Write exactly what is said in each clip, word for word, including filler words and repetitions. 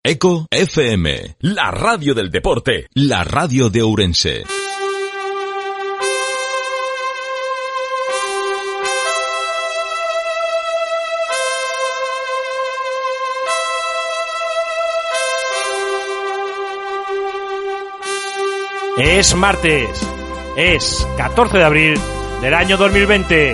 Eco F M, la radio del deporte, la radio de Ourense. Es martes, es catorce de abril del año dos mil veinte.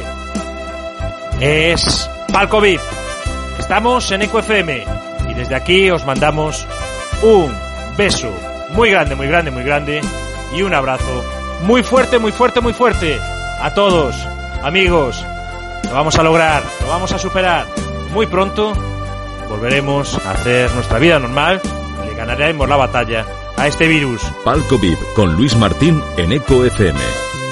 Es Palco V I P. Estamos en Eco F M y desde aquí os mandamos un beso muy grande, muy grande, muy grande y un abrazo muy fuerte, muy fuerte, muy fuerte a todos, amigos. Lo vamos a lograr, lo vamos a superar. Muy pronto volveremos a hacer nuestra vida normal y le ganaremos la batalla a este virus. Palco V I P con Luis Martín en Eco F M.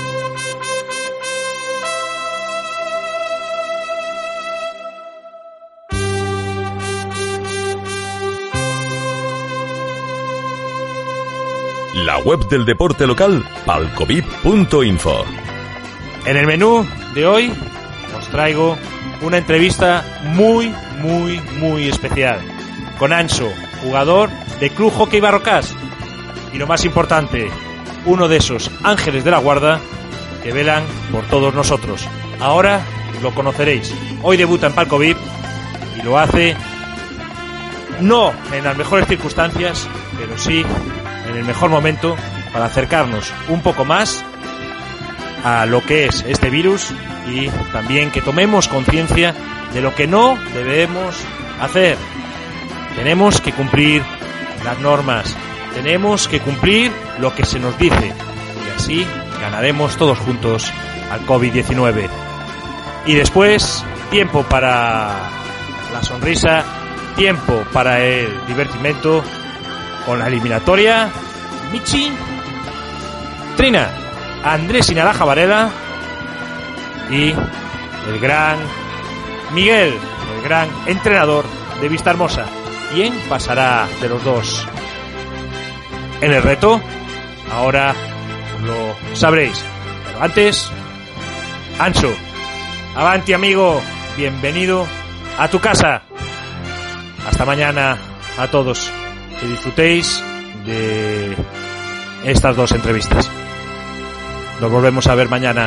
La web del deporte local, palcovip punto info. En el menú de hoy os traigo una entrevista muy, muy, muy especial con Anso, jugador de Club Hockey Barrocás. Y lo más importante, uno de esos ángeles de la guarda que velan por todos nosotros. Ahora lo conoceréis. Hoy debuta en Palco V I P y lo hace no en las mejores circunstancias, pero sí en el mejor momento para acercarnos un poco más a lo que es este virus y también que tomemos conciencia de lo que no debemos hacer. Tenemos que cumplir las normas. Tenemos que cumplir lo que se nos dice y así ganaremos todos juntos al COVID diecinueve. Y después, tiempo para la sonrisa, tiempo para el divertimento con la eliminatoria Michi, Trina, Andrés Inaraja Varela y el gran Miguel, el gran entrenador de Vistahermosa. ¿Quién pasará de los dos en el reto? Ahora lo sabréis. Pero antes, Anso, avanti amigo, bienvenido a tu casa. Hasta mañana a todos. Que disfrutéis de estas dos entrevistas. Nos volvemos a ver mañana.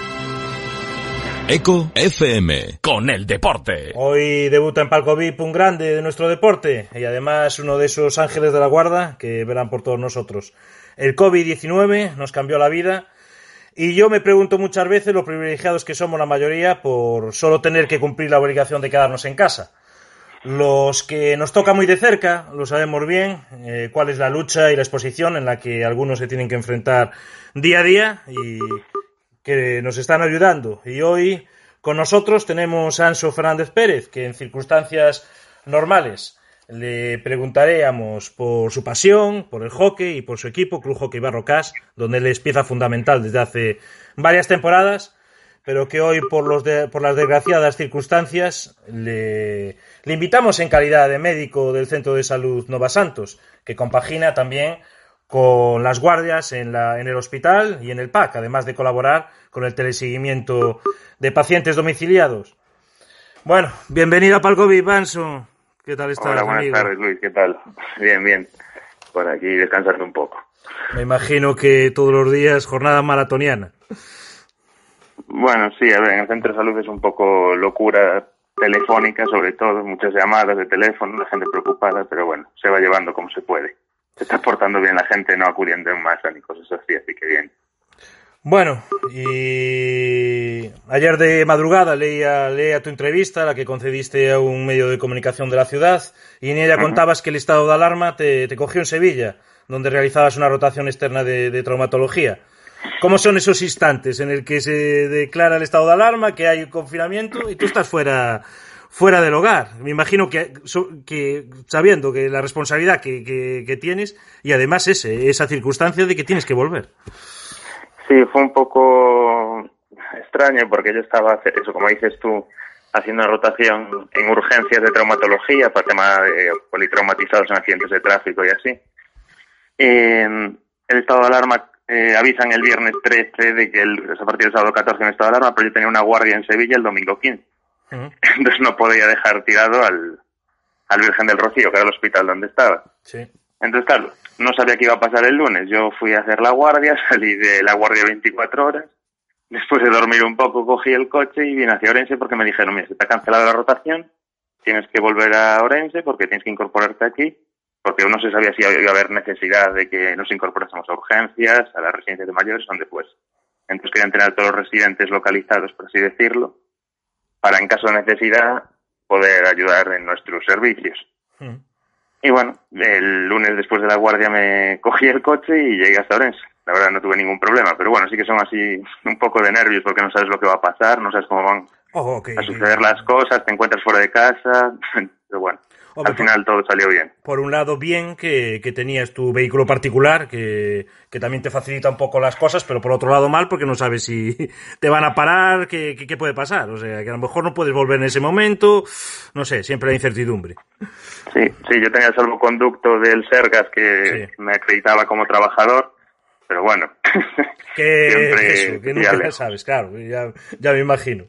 Eco F M, con el deporte. Hoy debuta en Palco V I P un grande de nuestro deporte y además uno de esos ángeles de la guarda que verán por todos nosotros. El COVID diecinueve nos cambió la vida y yo me pregunto muchas veces lo privilegiados que somos la mayoría por solo tener que cumplir la obligación de quedarnos en casa. Los que nos toca muy de cerca lo sabemos bien, eh, cuál es la lucha y la exposición en la que algunos se tienen que enfrentar día a día y que nos están ayudando. Y hoy con nosotros tenemos a Anso Fernández Pérez, que en circunstancias normales le preguntaríamos por su pasión, por el hockey y por su equipo, Club Hockey Barrocás, donde él es pieza fundamental desde hace varias temporadas, pero que hoy por, los de, por las desgraciadas circunstancias le, le invitamos en calidad de médico del Centro de Salud Nova Santos, que compagina también con las guardias en, la, en el hospital y en el P A C, además de colaborar con el teleseguimiento de pacientes domiciliados. Bueno, bienvenido a Palco V I P, Anso. ¿Qué tal estás, Hola, buenas amigo? tardes, Luis, ¿qué tal? Bien, bien. Por aquí descansando un poco. Me imagino que todos los días jornada maratoniana. Bueno, sí, a ver, en el centro de salud es un poco locura telefónica, sobre todo, muchas llamadas de teléfono, la gente preocupada, pero bueno, se va llevando como se puede. Se está portando bien la gente, no acudiendo en masa ni cosas así, así que bien. Bueno, y ayer de madrugada leía, leía tu entrevista, la que concediste a un medio de comunicación de la ciudad, y en ella uh-huh. contabas que el estado de alarma te, te cogió en Sevilla, donde realizabas una rotación externa de, de traumatología. ¿Cómo son esos instantes en el que se declara el estado de alarma, que hay un confinamiento y tú estás fuera, fuera del hogar? Me imagino que, que sabiendo que la responsabilidad que, que, que tienes y además ese, esa circunstancia de que tienes que volver. Sí, fue un poco extraño porque yo estaba, eso como dices tú, haciendo una rotación en urgencias de traumatología para temas de politraumatizados en accidentes de tráfico y así. Eh, el estado de alarma eh, avisan el viernes trece de que el, a partir del sábado catorce en estado de alarma, pero yo tenía una guardia en Sevilla el domingo quince. Uh-huh. Entonces no podía dejar tirado al, al Virgen del Rocío, que era el hospital donde estaba. Sí. Entonces, claro, no sabía qué iba a pasar el lunes. Yo fui a hacer la guardia, salí de la guardia veinticuatro horas. Después de dormir un poco, cogí el coche y vine hacia Orense porque me dijeron, mira, se te ha cancelado la rotación, tienes que volver a Orense porque tienes que incorporarte aquí, porque no se sabía si iba a haber necesidad de que nos incorporásemos a urgencias, a las residencias de mayores, donde fuese. Entonces querían tener a todos los residentes localizados, por así decirlo, para en caso de necesidad poder ayudar en nuestros servicios. Mm. Y bueno, el lunes después de la guardia me cogí el coche y llegué hasta Orense. La verdad no tuve ningún problema, pero bueno, sí que son así un poco de nervios porque no sabes lo que va a pasar, no sabes cómo van oh, okay. a suceder las cosas, te encuentras fuera de casa, pero bueno, oh, al final todo salió bien. Por un lado bien que, que tenías tu vehículo particular, que, que también te facilita un poco las cosas, pero por otro lado mal porque no sabes si te van a parar, qué, qué, qué puede pasar, o sea, que a lo mejor no puedes volver en ese momento, no sé, siempre la incertidumbre. Sí, sí, yo tenía el salvoconducto del Sergas que sí. me acreditaba como trabajador, pero bueno, que, siempre eso, que nunca sabes, claro, ya, ya me imagino.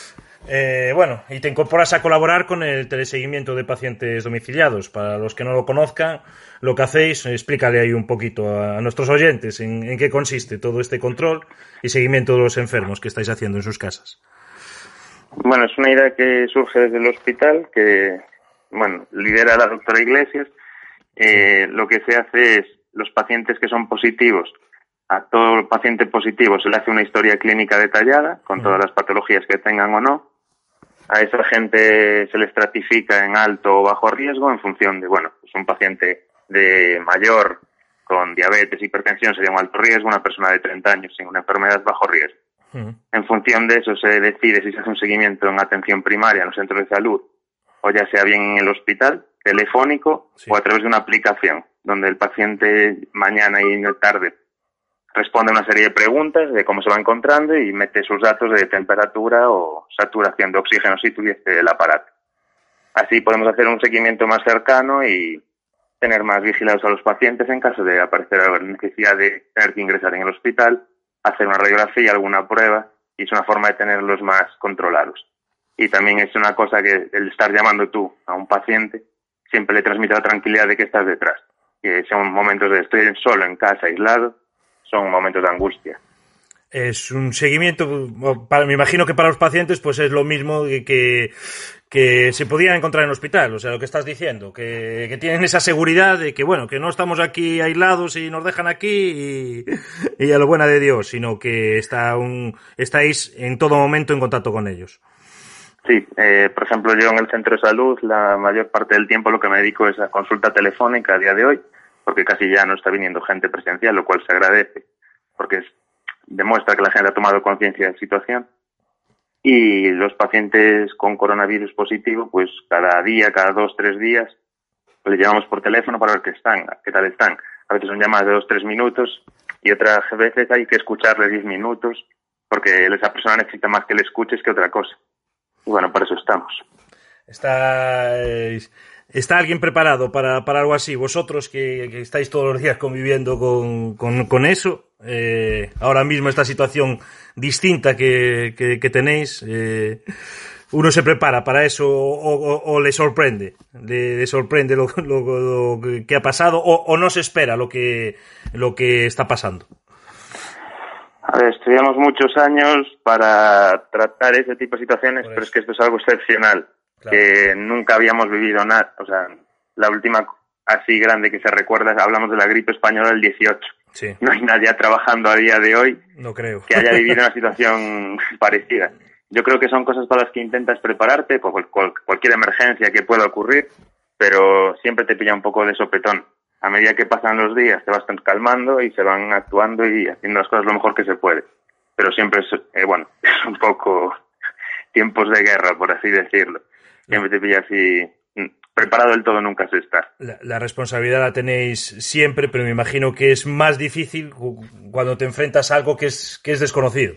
Eh, bueno, y te incorporas a colaborar con el teleseguimiento de pacientes domiciliados. Para los que no lo conozcan, lo que hacéis, explícale ahí un poquito a, a nuestros oyentes en, en qué consiste todo este control y seguimiento de los enfermos que estáis haciendo en sus casas. Bueno, es una idea que surge desde el hospital, que, bueno, lidera la doctora Iglesias. Eh, lo que se hace es, los pacientes que son positivos, a todo paciente positivo se le hace una historia clínica detallada, con todas las patologías que tengan o no. A esa gente se le estratifica en alto o bajo riesgo en función de, bueno, pues un paciente de mayor con diabetes, hipertensión sería un alto riesgo, una persona de treinta años sin una enfermedad bajo riesgo. Uh-huh. En función de eso se decide si se hace un seguimiento en atención primaria en los centros de salud, o ya sea bien en el hospital, telefónico, sí. o a través de una aplicación, donde el paciente mañana y tarde responde una serie de preguntas de cómo se va encontrando y mete sus datos de temperatura o saturación de oxígeno si tuviese el aparato. Así podemos hacer un seguimiento más cercano y tener más vigilados a los pacientes en caso de aparecer la necesidad de tener que ingresar en el hospital, hacer una radiografía, alguna prueba, y es una forma de tenerlos más controlados. Y también es una cosa que el estar llamando tú a un paciente siempre le transmite la tranquilidad de que estás detrás. Que son momentos de estoy solo en casa, aislado, son momentos de angustia. Es un seguimiento, para, me imagino que para los pacientes pues es lo mismo que, que, que se podían encontrar en el hospital, o sea, lo que estás diciendo, que, que tienen esa seguridad de que, bueno, que no estamos aquí aislados y nos dejan aquí y, y a lo buena de Dios, sino que está un, estáis en todo momento en contacto con ellos. Sí, eh, por ejemplo, yo en el centro de salud la mayor parte del tiempo lo que me dedico es a consulta telefónica a día de hoy, porque casi ya no está viniendo gente presencial, lo cual se agradece, porque es, demuestra que la gente ha tomado conciencia de la situación. Y los pacientes con coronavirus positivo, pues cada día, cada dos, tres días, les llamamos por teléfono para ver qué están, qué tal están. A veces son llamadas de dos, tres minutos y otras veces hay que escucharle diez minutos, porque esa persona necesita más que le escuches que otra cosa. Y bueno, por eso estamos. Está... Eh... ¿Está alguien preparado para, para algo así? Vosotros que, que estáis todos los días conviviendo con, con, con eso, eh, ahora mismo esta situación distinta que, que, que tenéis, eh, ¿uno se prepara para eso o, o, o le sorprende? ¿Le, le sorprende lo, lo, lo que ha pasado o, o no se espera lo que, lo que está pasando? A ver, estudiamos muchos años para tratar ese tipo de situaciones, pero es que esto es algo excepcional. Claro. Que nunca habíamos vivido nada, o sea, la última así grande que se recuerda, hablamos de la gripe española del dieciocho. Sí. No hay nadie trabajando a día de hoy no creo. que haya vivido una situación parecida. Yo creo que son cosas para las que intentas prepararte por cual, cualquier emergencia que pueda ocurrir, pero siempre te pilla un poco de sopetón. A medida que pasan los días te vas calmando y se van actuando y haciendo las cosas lo mejor que se puede. Pero siempre es, eh, bueno, es un poco tiempos de guerra, por así decirlo. Siempre te pillas así, preparado del todo nunca se está. La, la responsabilidad la tenéis siempre, pero me imagino que es más difícil cuando te enfrentas a algo que es que es desconocido.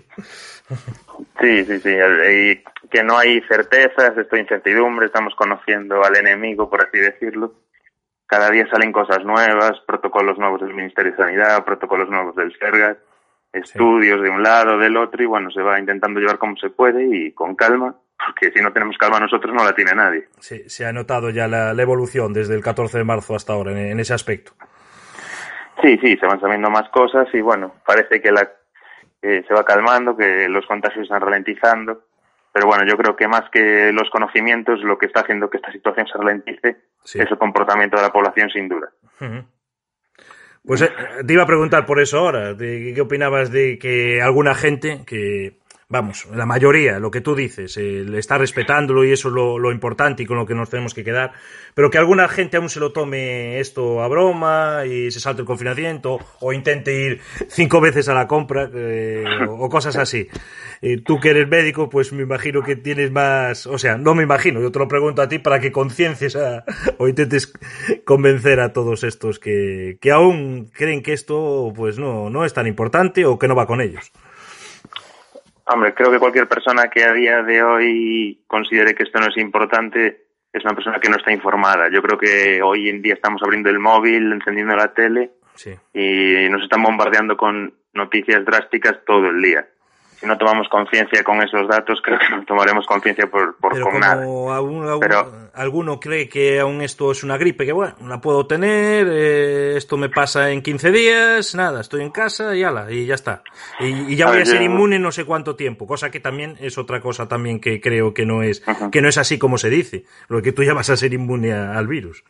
Sí, sí, sí, y que no hay certezas, esto es incertidumbre, estamos conociendo al enemigo, por así decirlo. Cada día salen cosas nuevas, protocolos nuevos del Ministerio de Sanidad, protocolos nuevos del Sergas, estudios sí. de un lado, del otro, y bueno, se va intentando llevar como se puede y con calma. porque si no tenemos calma nosotros no la tiene nadie. Sí, se ha notado ya la, la evolución desde el catorce de marzo hasta ahora en, en ese aspecto. Sí, sí, se van sabiendo más cosas y bueno, parece que, la, que se va calmando, que los contagios están ralentizando, pero bueno, yo creo que más que los conocimientos, lo que está haciendo que esta situación se ralentice sí. es el comportamiento de la población, sin duda. Uh-huh. Pues eh, te iba a preguntar por eso ahora, de, ¿qué opinabas de que alguna gente que, vamos, la mayoría, lo que tú dices, eh, está respetándolo y eso es lo, lo importante y con lo que nos tenemos que quedar, pero que alguna gente aún se lo tome esto a broma y se salte el confinamiento o intente ir cinco veces a la compra eh, o, o cosas así? Eh, tú que eres médico, pues me imagino que tienes más, o sea, no me imagino, yo te lo pregunto a ti para que conciencies a, o intentes convencer a todos estos que, que aún creen que esto pues no, no es tan importante o que no va con ellos. Hombre, creo que cualquier persona que a día de hoy considere que esto no es importante es una persona que no está informada. Yo creo que hoy en día estamos abriendo el móvil, encendiendo la tele sí. y nos están bombardeando con noticias drásticas todo el día. Si no tomamos conciencia con esos datos, creo que no tomaremos conciencia por, por Pero con como nada. Algún, algún, Pero alguno cree que aún esto es una gripe, que bueno, la puedo tener, eh, esto me pasa en quince días, nada, estoy en casa y ala, y ya está. Y, y ya voy a, ver, a ser yo... inmune no sé cuánto tiempo, cosa que también es otra cosa también que creo que no es, uh-huh. que no es así como se dice, lo que tú ya vas a ser inmune a, al virus.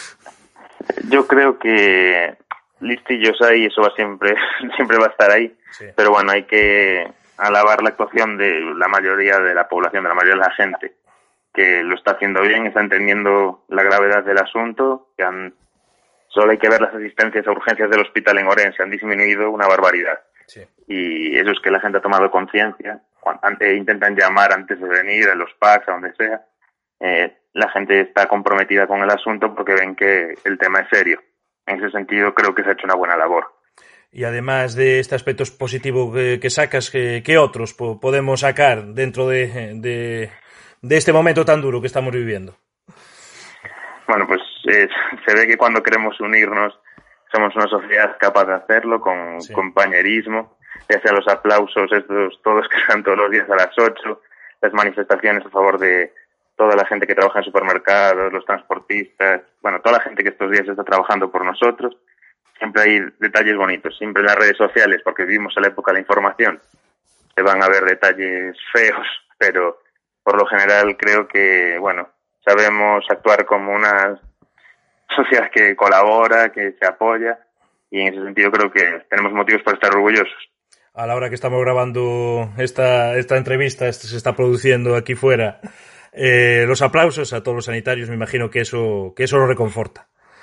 Yo creo que listillos hay, eso va siempre, siempre va a estar ahí, sí. pero bueno, hay que alabar la actuación de la mayoría de la población, de la mayoría de la gente, que lo está haciendo bien, está entendiendo la gravedad del asunto, que han, solo hay que ver las asistencias a urgencias del hospital en Orense, han disminuido una barbaridad. Sí. Y eso es que la gente ha tomado conciencia, antes intentan llamar antes de venir a los P A C, a donde sea, eh, la gente está comprometida con el asunto porque ven que el tema es serio. En ese sentido creo que se ha hecho una buena labor. Y además de este aspecto positivo que, que sacas, ¿qué, qué otros po- podemos sacar dentro de, de, de este momento tan duro que estamos viviendo? Bueno, pues eh, se ve que cuando queremos unirnos somos una sociedad capaz de hacerlo con sí. compañerismo, ya sea los aplausos estos todos que están todos los días a las ocho, las manifestaciones a favor de toda la gente que trabaja en supermercados, los transportistas, bueno, toda la gente que estos días está trabajando por nosotros. Siempre hay detalles bonitos, siempre en las redes sociales, porque vivimos en la época de la información, se van a ver detalles feos, pero por lo general creo que, bueno, sabemos actuar como una sociedad que colabora, que se apoya, y en ese sentido creo que tenemos motivos para estar orgullosos. A la hora que estamos grabando esta, esta entrevista, esto se está produciendo aquí fuera, eh, los aplausos a todos los sanitarios, me imagino que eso, que eso lo reconforta.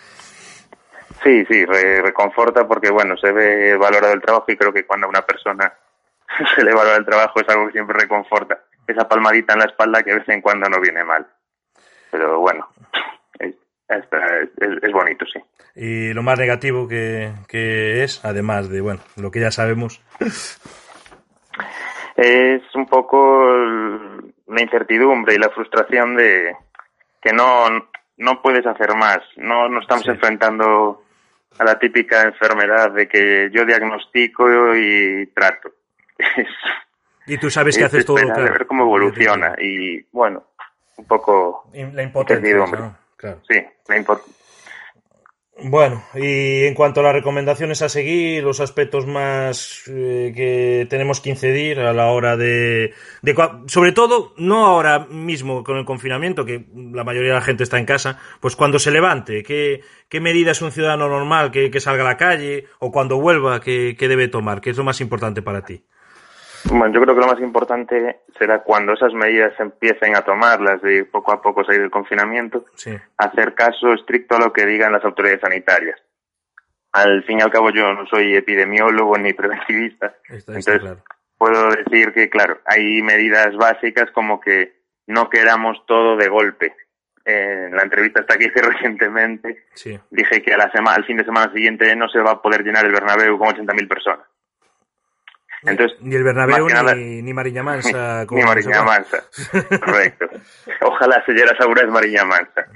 Sí, sí, re- reconforta porque, bueno, se ve valorado el trabajo y creo que cuando a una persona se le valora el trabajo es algo que siempre reconforta. Esa palmadita en la espalda que de vez en cuando no viene mal. Pero bueno, es, es, es, es bonito, sí. Y lo más negativo que, que es, además de, bueno, lo que ya sabemos. Es un poco la incertidumbre y la frustración de que no, no puedes hacer más. No, no estamos sí. enfrentando a la típica enfermedad de que yo diagnostico y trato. Es, y tú sabes que haces todo lo que... ver cómo evoluciona y, bueno, un poco... La impotencia, ¿no? Claro. Sí, la impotencia. Bueno, y en cuanto a las recomendaciones a seguir, los aspectos más eh, que tenemos que incidir a la hora de, de... Sobre todo, no ahora mismo con el confinamiento, que la mayoría de la gente está en casa, pues cuando se levante, ¿qué, qué medidas un ciudadano normal que, que salga a la calle o cuando vuelva, qué, qué debe tomar? ¿Qué es lo más importante para ti? Bueno, yo creo que lo más importante será cuando esas medidas empiecen a tomarlas de poco a poco salir del confinamiento, sí. hacer caso estricto a lo que digan las autoridades sanitarias. Al fin y al cabo yo no soy epidemiólogo ni preventivista, está, está entonces claro. puedo decir que, claro, hay medidas básicas como que no queramos todo de golpe. Eh, en la entrevista esta que hice recientemente sí. dije que a la sema- al fin de semana siguiente no se va a poder llenar el Bernabéu con ochenta mil personas. Entonces, ni el Bernabéu nada, ni, ni Mariña Mansa. Ni Mariña Mansa, correcto. Ojalá se llena esa es Mariña Mansa.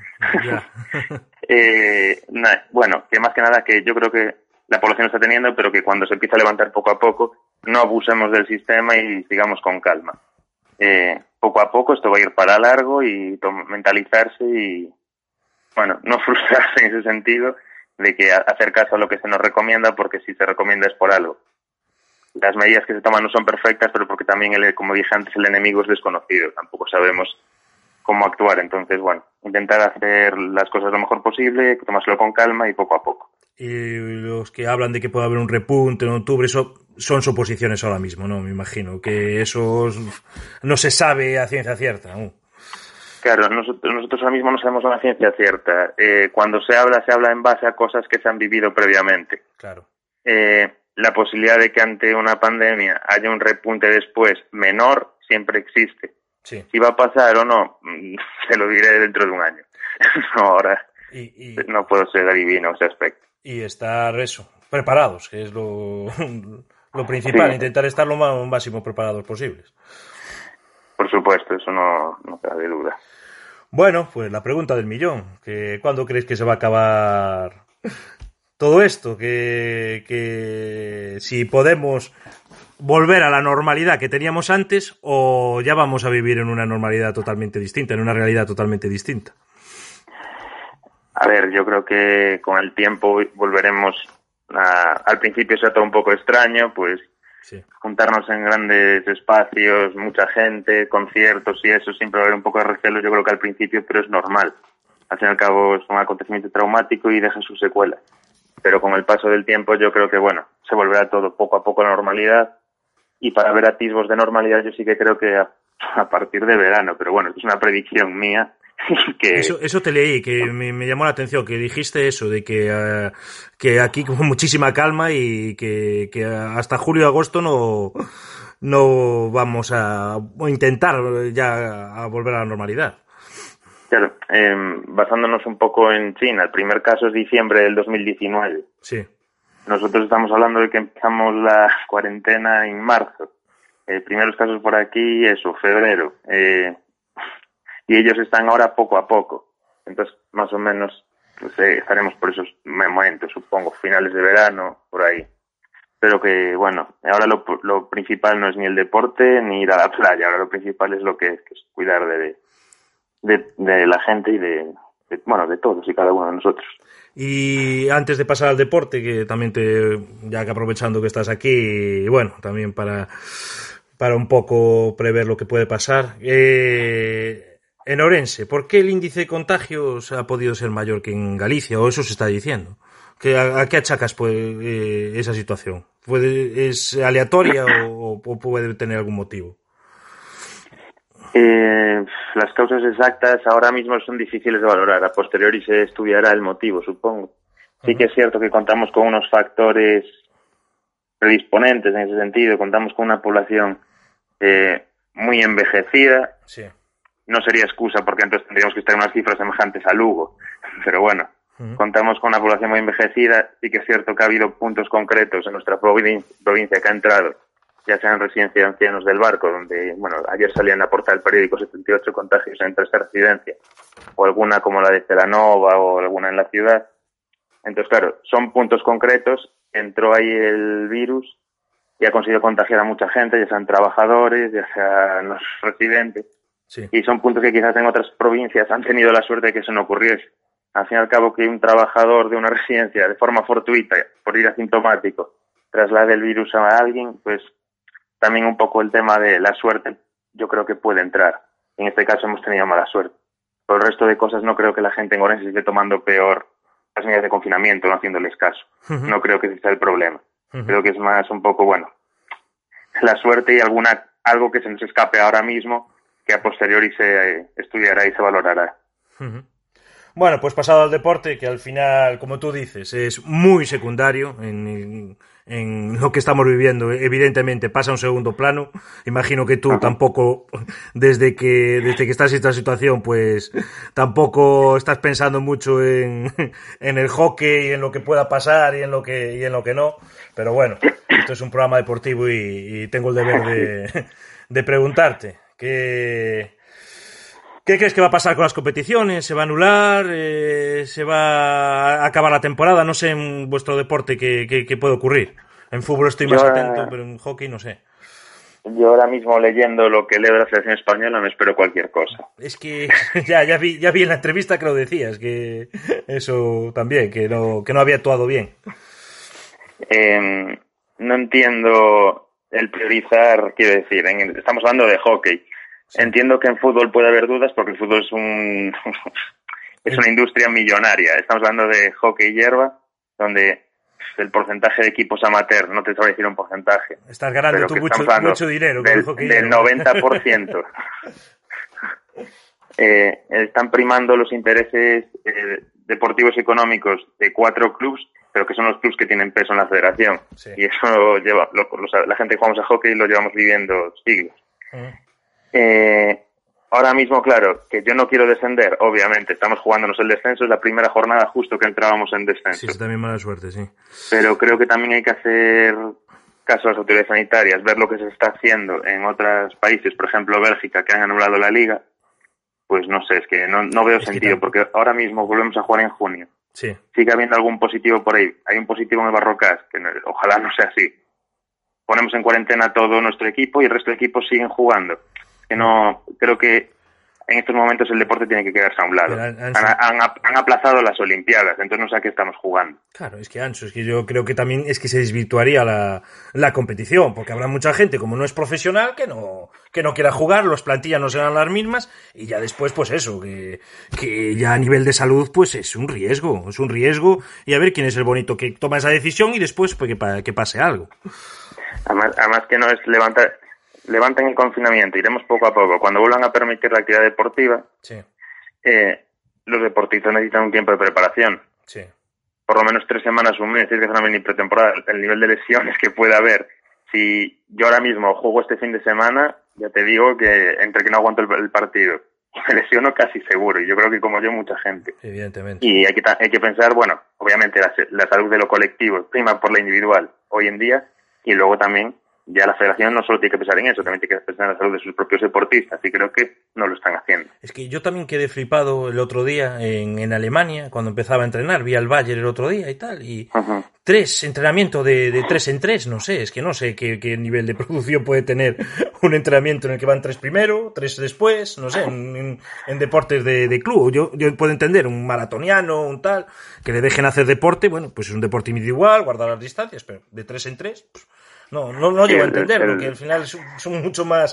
eh, na, bueno, que más que nada que yo creo que la población está teniendo, pero que cuando se empieza a levantar poco a poco, no abusemos del sistema y sigamos con calma. Eh, poco a poco, esto va a ir para largo y mentalizarse y, bueno, no frustrarse en ese sentido de que hacer caso a lo que se nos recomienda, porque si se recomienda es por algo. Las medidas que se toman no son perfectas, pero porque también, el, como dije antes, el enemigo es desconocido. Tampoco sabemos cómo actuar. Entonces, bueno, intentar hacer las cosas lo mejor posible, tomárselo con calma y poco a poco. Y los que hablan de que puede haber un repunte en octubre, eso son suposiciones ahora mismo, ¿no? Me imagino que eso no se sabe a ciencia cierta, ¿no? Claro, nosotros, nosotros ahora mismo no sabemos a ciencia cierta. Eh, cuando se habla, se habla en base a cosas que se han vivido previamente. Claro. Eh, la posibilidad de que ante una pandemia haya un repunte después menor siempre existe. Sí. Si va a pasar o no, se lo diré dentro de un año. No, ahora y, y, no puedo ser adivino en ese aspecto. Y estar eso, preparados, que es lo, lo principal, sí. Intentar estar lo más, máximo preparados posibles. Por supuesto, eso no, no cabe duda. Bueno, pues la pregunta del millón, que ¿cuándo crees que se va a acabar todo esto? Que, que si podemos volver a la normalidad que teníamos antes o ya vamos a vivir en una normalidad totalmente distinta, en una realidad totalmente distinta. A ver, yo creo que con el tiempo volveremos a... Al principio será todo un poco extraño, pues sí. Juntarnos en grandes espacios, mucha gente, conciertos y eso, siempre va a haber un poco de recelo, yo creo que al principio, pero es normal. Al fin y al cabo es un acontecimiento traumático y deja sus secuelas. Pero con el paso del tiempo yo creo que, bueno, se volverá todo poco a poco a la normalidad. Y para ver atisbos de normalidad yo sí que creo que a, a partir de verano, pero bueno, es una predicción mía. Que... Eso, eso te leí, que me, me llamó la atención, que dijiste eso, de que, uh, que aquí con muchísima calma y que, que hasta julio agosto no, no vamos a intentar ya a volver a la normalidad. Claro, eh, basándonos un poco en China, el primer caso es diciembre del dos mil diecinueve. Sí. Nosotros estamos hablando de que empezamos la cuarentena en marzo. Eh, primeros casos por aquí, eso, febrero. Eh, y ellos están ahora poco a poco. Entonces, más o menos, pues, eh, estaremos por esos momentos, supongo, finales de verano, por ahí. Pero que, bueno, ahora lo, lo principal no es ni el deporte ni ir a la playa. Ahora lo principal es lo que es, que es cuidar de, de, de la gente y de, de, bueno, de todos y cada uno de nosotros. Y antes de pasar al deporte, que también te, ya que aprovechando que estás aquí, y bueno, también para, para un poco prever lo que puede pasar, eh, en Ourense, ¿por qué el índice de contagios ha podido ser mayor que en Galicia? O eso se está diciendo. ¿Qué, a, ¿A qué achacas pues, eh, esa situación? ¿Puede, ¿Es aleatoria o, o puede tener algún motivo? Eh, las causas exactas ahora mismo son difíciles de valorar. A posteriori se estudiará el motivo, supongo. Sí que es cierto que contamos con unos factores predisponentes en ese sentido. Contamos con una población eh, muy envejecida. Sí. No sería excusa porque entonces tendríamos que estar en unas cifras semejantes a Lugo. Pero bueno, uh-huh. Contamos con una población muy envejecida. Sí que es cierto que ha habido puntos concretos en nuestra provincia que ha entrado, ya sea en residencia de ancianos del Barco, donde, bueno, ayer salía en la portada del periódico setenta y ocho contagios entre esta residencia, o alguna como la de Celanova o alguna en la ciudad. Entonces, claro, son puntos concretos, entró ahí el virus y ha conseguido contagiar a mucha gente, ya sean trabajadores, ya sean los residentes, sí. Y son puntos que quizás en otras provincias han tenido la suerte de que eso no ocurriese. Al fin y al cabo, que un trabajador de una residencia, de forma fortuita, por ir asintomático, traslade el virus a alguien, pues también un poco el tema de la suerte yo creo que puede entrar. En este caso hemos tenido mala suerte. Por el resto de cosas no creo que la gente en Ourense esté tomando peor las medidas de confinamiento, no haciéndoles caso. Uh-huh. No creo que ese sea el problema. Uh-huh. Creo que es más un poco, bueno, la suerte y alguna algo que se nos escape ahora mismo que a posteriori se eh, estudiará y se valorará. Uh-huh. Bueno, pues pasado al deporte, que al final, como tú dices, es muy secundario en, en lo que estamos viviendo. Evidentemente pasa a un segundo plano. Imagino que tú uh-huh. tampoco, desde que desde que estás en esta situación, pues tampoco estás pensando mucho en, en el hockey y en lo que pueda pasar y en lo que y en lo que no. Pero bueno, esto es un programa deportivo y, y tengo el deber de, de preguntarte que... ¿Qué crees que va a pasar con las competiciones? ¿Se va a anular? Eh, ¿Se va a acabar la temporada? No sé en vuestro deporte qué, qué, qué puede ocurrir. En fútbol estoy más Yo, atento, pero en hockey no sé. Yo ahora mismo leyendo lo que leo de la selección española me espero cualquier cosa. Es que ya, ya vi, ya vi en la entrevista que lo decías, que eso también, que no, que no había actuado bien. Eh, no entiendo el priorizar, quiero decir, en, estamos hablando de hockey. Sí. Entiendo que en fútbol puede haber dudas porque el fútbol es un es una industria millonaria. Estamos hablando de hockey hierba, donde el porcentaje de equipos amateur, no te sabría decir un porcentaje. Estás ganando tú mucho, mucho dinero con del, el hockey del hierba. noventa por ciento. eh, están primando los intereses eh, deportivos y económicos de cuatro clubs, pero que son los clubs que tienen peso en la federación. Sí. Y eso lleva, lo, los, la gente que jugamos a hockey lo llevamos viviendo siglos. Uh-huh. Eh, ahora mismo, claro, que yo no quiero descender, obviamente, estamos jugándonos el descenso, es la primera jornada justo que entrábamos en descenso. Sí, es también mala suerte, sí. Pero creo que también hay que hacer caso a las autoridades sanitarias, ver lo que se está haciendo en otros países, por ejemplo Bélgica, que han anulado la liga. Pues no sé, es que no, no veo es sentido, porque ahora mismo volvemos a jugar en junio. Sí. Sigue habiendo algún positivo por ahí. Hay un positivo en el Barrocas, que no, ojalá no sea así. Ponemos en cuarentena todo nuestro equipo y el resto de equipos siguen jugando. Que no, creo que en estos momentos el deporte tiene que quedarse a un lado. Han, han, han, han aplazado las Olimpiadas, entonces no sé a qué estamos jugando. Claro, es que Ancho, es que yo creo que también es que se desvirtuaría la, la competición, porque habrá mucha gente, como no es profesional, que no, que no quiera jugar, las plantillas no serán las mismas, y ya después, pues eso, que, que ya a nivel de salud, pues es un riesgo, es un riesgo, y a ver quién es el bonito que toma esa decisión y después pues que, que pase algo. Además, además que no es levantar... levanten el confinamiento, iremos poco a poco. Cuando vuelvan a permitir la actividad deportiva, sí. eh, los deportistas necesitan un tiempo de preparación. Sí. Por lo menos tres semanas, un mes, es que es una mini pretemporada. El nivel de lesiones que puede haber. Si yo ahora mismo juego este fin de semana, ya te digo que entre que no aguanto el, el partido, me lesiono casi seguro. Y yo creo que como yo, mucha gente. Evidentemente. Y hay que, hay que pensar, bueno, obviamente la, la salud de lo colectivo prima por la individual hoy en día, y luego también ya la federación no solo tiene que pensar en eso, también tiene que pensar en la salud de sus propios deportistas, y creo que no lo están haciendo. Es que yo también quedé flipado el otro día en, en Alemania, cuando empezaba a entrenar, vi al Bayern el otro día y tal, y uh-huh. tres, entrenamiento de, de tres en tres, no sé, es que no sé qué, qué nivel de producción puede tener un entrenamiento en el que van tres primero, tres después, no sé, en, en, en deportes de, de club. Yo, yo puedo entender un maratoniano, un tal, que le dejen hacer deporte, bueno, pues es un deporte individual, guardar las distancias, pero de tres en tres, pues, No, no, no llego a entenderlo, que al final son, son mucho más,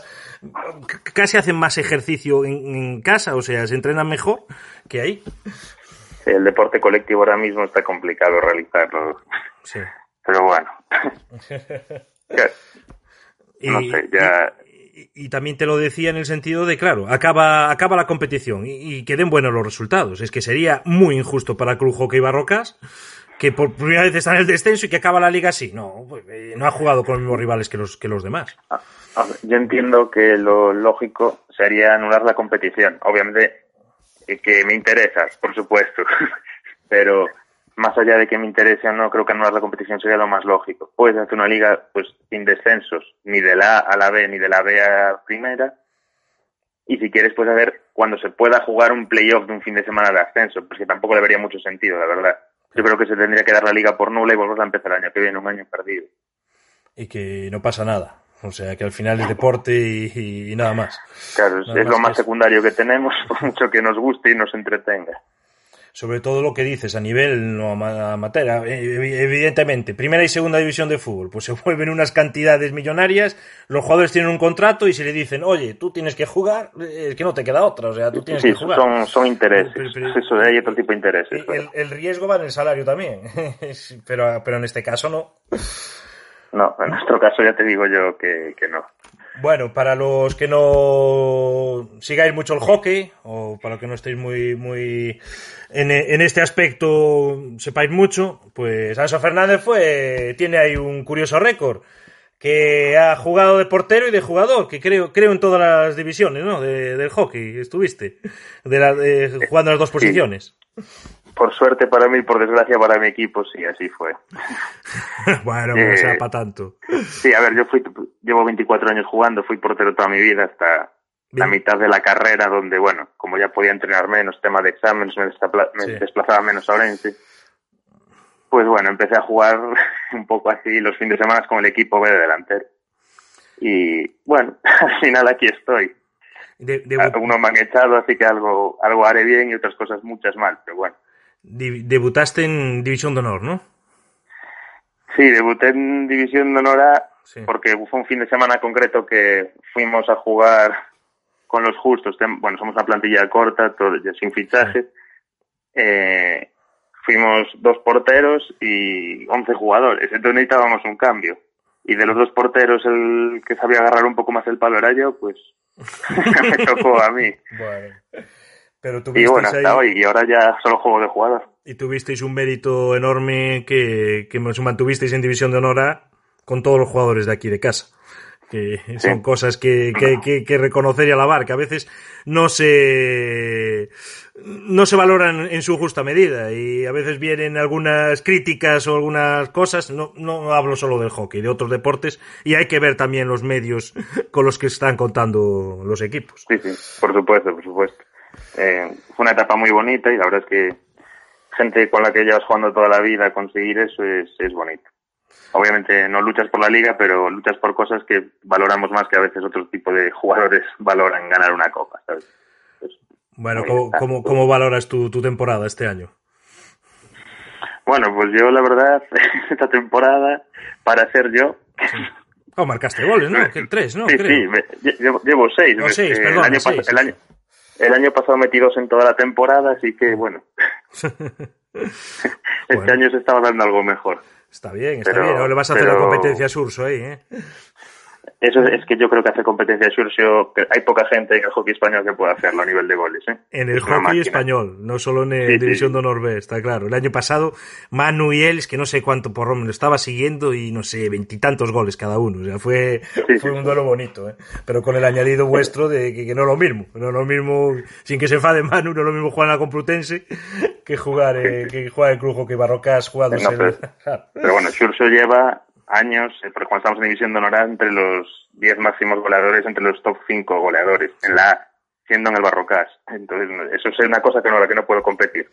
casi hacen más ejercicio en, en casa, o sea, se entrenan mejor que ahí. Sí, el deporte colectivo ahora mismo está complicado realizarlo. Sí. Pero bueno. y, no sé, ya... Y, y, y también te lo decía en el sentido de, claro, acaba, acaba la competición y, y que den buenos los resultados. Es que sería muy injusto para el Club Hockey Barrocas que por primera vez está en el descenso y que acaba la liga así. No, pues, eh, no ha jugado con los mismos rivales que los que los demás. Yo entiendo que lo lógico sería anular la competición. Obviamente eh, que me interesa, por supuesto. Pero más allá de que me interese o no, creo que anular la competición sería lo más lógico. Puedes hacer una liga pues sin descensos, ni de la A a la B, ni de la B a primera. Y si quieres, pues a ver cuando se pueda jugar un playoff de un fin de semana de ascenso, porque tampoco le vería mucho sentido, la verdad. Yo creo que se tendría que dar la liga por nula y volver a empezar el año que viene, un año perdido. Y que no pasa nada. O sea, que al final es deporte y, y nada más. Claro, nada es más lo más secundario que tenemos, por mucho que nos guste y nos entretenga. Sobre todo lo que dices a nivel no amateur, evidentemente, primera y segunda división de fútbol, pues se vuelven unas cantidades millonarias, los jugadores tienen un contrato y si le dicen, oye, tú tienes que jugar, es que no te queda otra, o sea, tú tienes sí, que jugar. Son, son intereses, pero, pero, eso, hay otro tipo de intereses. El, el riesgo va en el salario también, pero, pero en este caso no. No, en nuestro caso ya te digo yo que, que no. Bueno, para los que no sigáis mucho el hockey, o para los que no estéis muy muy en, en este aspecto, sepáis mucho, pues Anso Fernández fue tiene ahí un curioso récord, que ha jugado de portero y de jugador, que creo creo en todas las divisiones, ¿no? De, del hockey estuviste, de la, de, jugando las dos posiciones. Sí. Por suerte para mí, por desgracia para mi equipo, sí, así fue. Bueno, eh, no sea para tanto. Sí, a ver, yo fui, llevo veinticuatro años jugando, fui portero toda mi vida hasta Bien. la mitad de la carrera, donde, bueno, como ya podía entrenar menos, tema de exámenes, me, destapla, me sí. desplazaba menos a Orense. Pues bueno, empecé a jugar un poco así los fines de semana con el equipo B de delantero. Y bueno, al final aquí estoy. De, de, Algunos me han echado, así que algo, algo haré bien y otras cosas muchas mal, pero bueno. de, debutaste en División de Honor, ¿no? Sí, debuté en División de Honor A Sí. porque fue un fin de semana concreto que fuimos a jugar con los justos. Bueno, somos una plantilla corta, todo, sin fichaje. Sí. Eh, fuimos dos porteros y once jugadores. Entonces necesitábamos un cambio. Y de los dos porteros, el que sabía agarrar un poco más el palo era yo, pues me tocó a mí. Bueno, pero y bueno, hasta ahí... hoy. Y ahora ya solo juego de jugador. Y tuvisteis un mérito enorme que, que os mantuvisteis en División de Honor A con todos los jugadores de aquí de casa. Que son sí. cosas que, que, que, que reconocer y alabar, que a veces no se no se valoran en su justa medida y a veces vienen algunas críticas o algunas cosas, no, no hablo solo del hockey, de otros deportes, y hay que ver también los medios con los que están contando los equipos. Sí, sí, por supuesto, por supuesto. Eh, fue una etapa muy bonita y la verdad es que gente con la que llevas jugando toda la vida, conseguir eso es, es bonito. Obviamente no luchas por la liga, pero luchas por cosas que valoramos más que a veces otro tipo de jugadores valoran ganar una copa, ¿sabes? Pues, bueno, ¿cómo, ¿cómo, ¿cómo valoras tu, tu temporada este año? Bueno, pues yo la verdad, esta temporada, para ser yo... Sí. Oh, marcaste goles, ¿no? ¿Qué, tres, ¿no? Sí, Creo. sí, me, llevo, llevo seis. No, seis, eh, perdón, el año, seis, pas- sí. el, año, el año pasado metí dos en toda la temporada, así que bueno, este bueno. año se estaba dando algo mejor. Está bien, está pero, bien. Ahora le vas a hacer pero... la competencia a Surso ahí, ¿eh? Eso es que yo creo que hace competencia de Xurxo, que hay poca gente en el hockey español que pueda hacerlo a nivel de goles, ¿eh? En el es hockey español, no solo en el sí, División sí. de Honor B, está claro. El año pasado, Manu y él, es que no sé cuánto por me lo estaba siguiendo y no sé, veintitantos goles cada uno. O sea, fue, sí, fue sí, un duelo sí. bonito, ¿eh? Pero con el añadido vuestro de que, que no es lo mismo. No es lo mismo, sin que se enfade Manu, no es lo mismo jugar en la Complutense que jugar, eh, que jugar en Club Hockey Barrocas jugados no, en... Pero, pero bueno, Xurxo lleva años, porque cuando estamos en División de Honor A, entre los diez máximos goleadores, entre los top cinco goleadores, en la A, siendo en el Barrocas. Entonces, eso es una cosa que no, la que no puedo competir.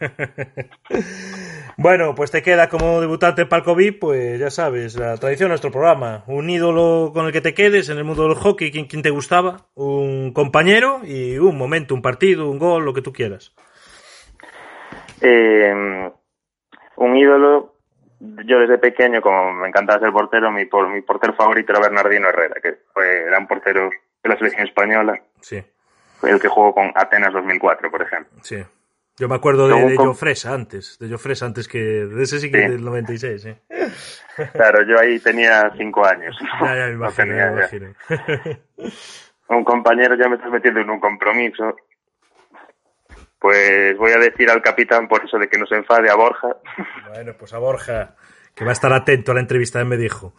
Bueno, pues te queda como debutante en Palco V I P, pues ya sabes, la tradición de nuestro programa. Un ídolo con el que te quedes en el mundo del hockey, quien, quien te gustaba, un compañero y un momento, un partido, un gol, lo que tú quieras. Eh, un ídolo... Yo desde pequeño, como me encantaba ser portero, mi, por, mi portero favorito era Bernardino Herrera, que fue, era un portero de la selección española. Sí. Fue el que jugó con Atenas dos mil cuatro, por ejemplo. Sí. Yo me acuerdo de, de con... Jofresa antes, de Jofresa antes que... De ese sí que sí. Del noventa y seis, sí. Claro, yo ahí tenía cinco años. Ya, ya me imagino, no tenía, me imagino. Un compañero, ya me estás metiendo en un compromiso. Pues voy a decir al capitán por eso de que no se enfade, a Borja. Bueno, pues a Borja, que va a estar atento a la entrevista, me dijo.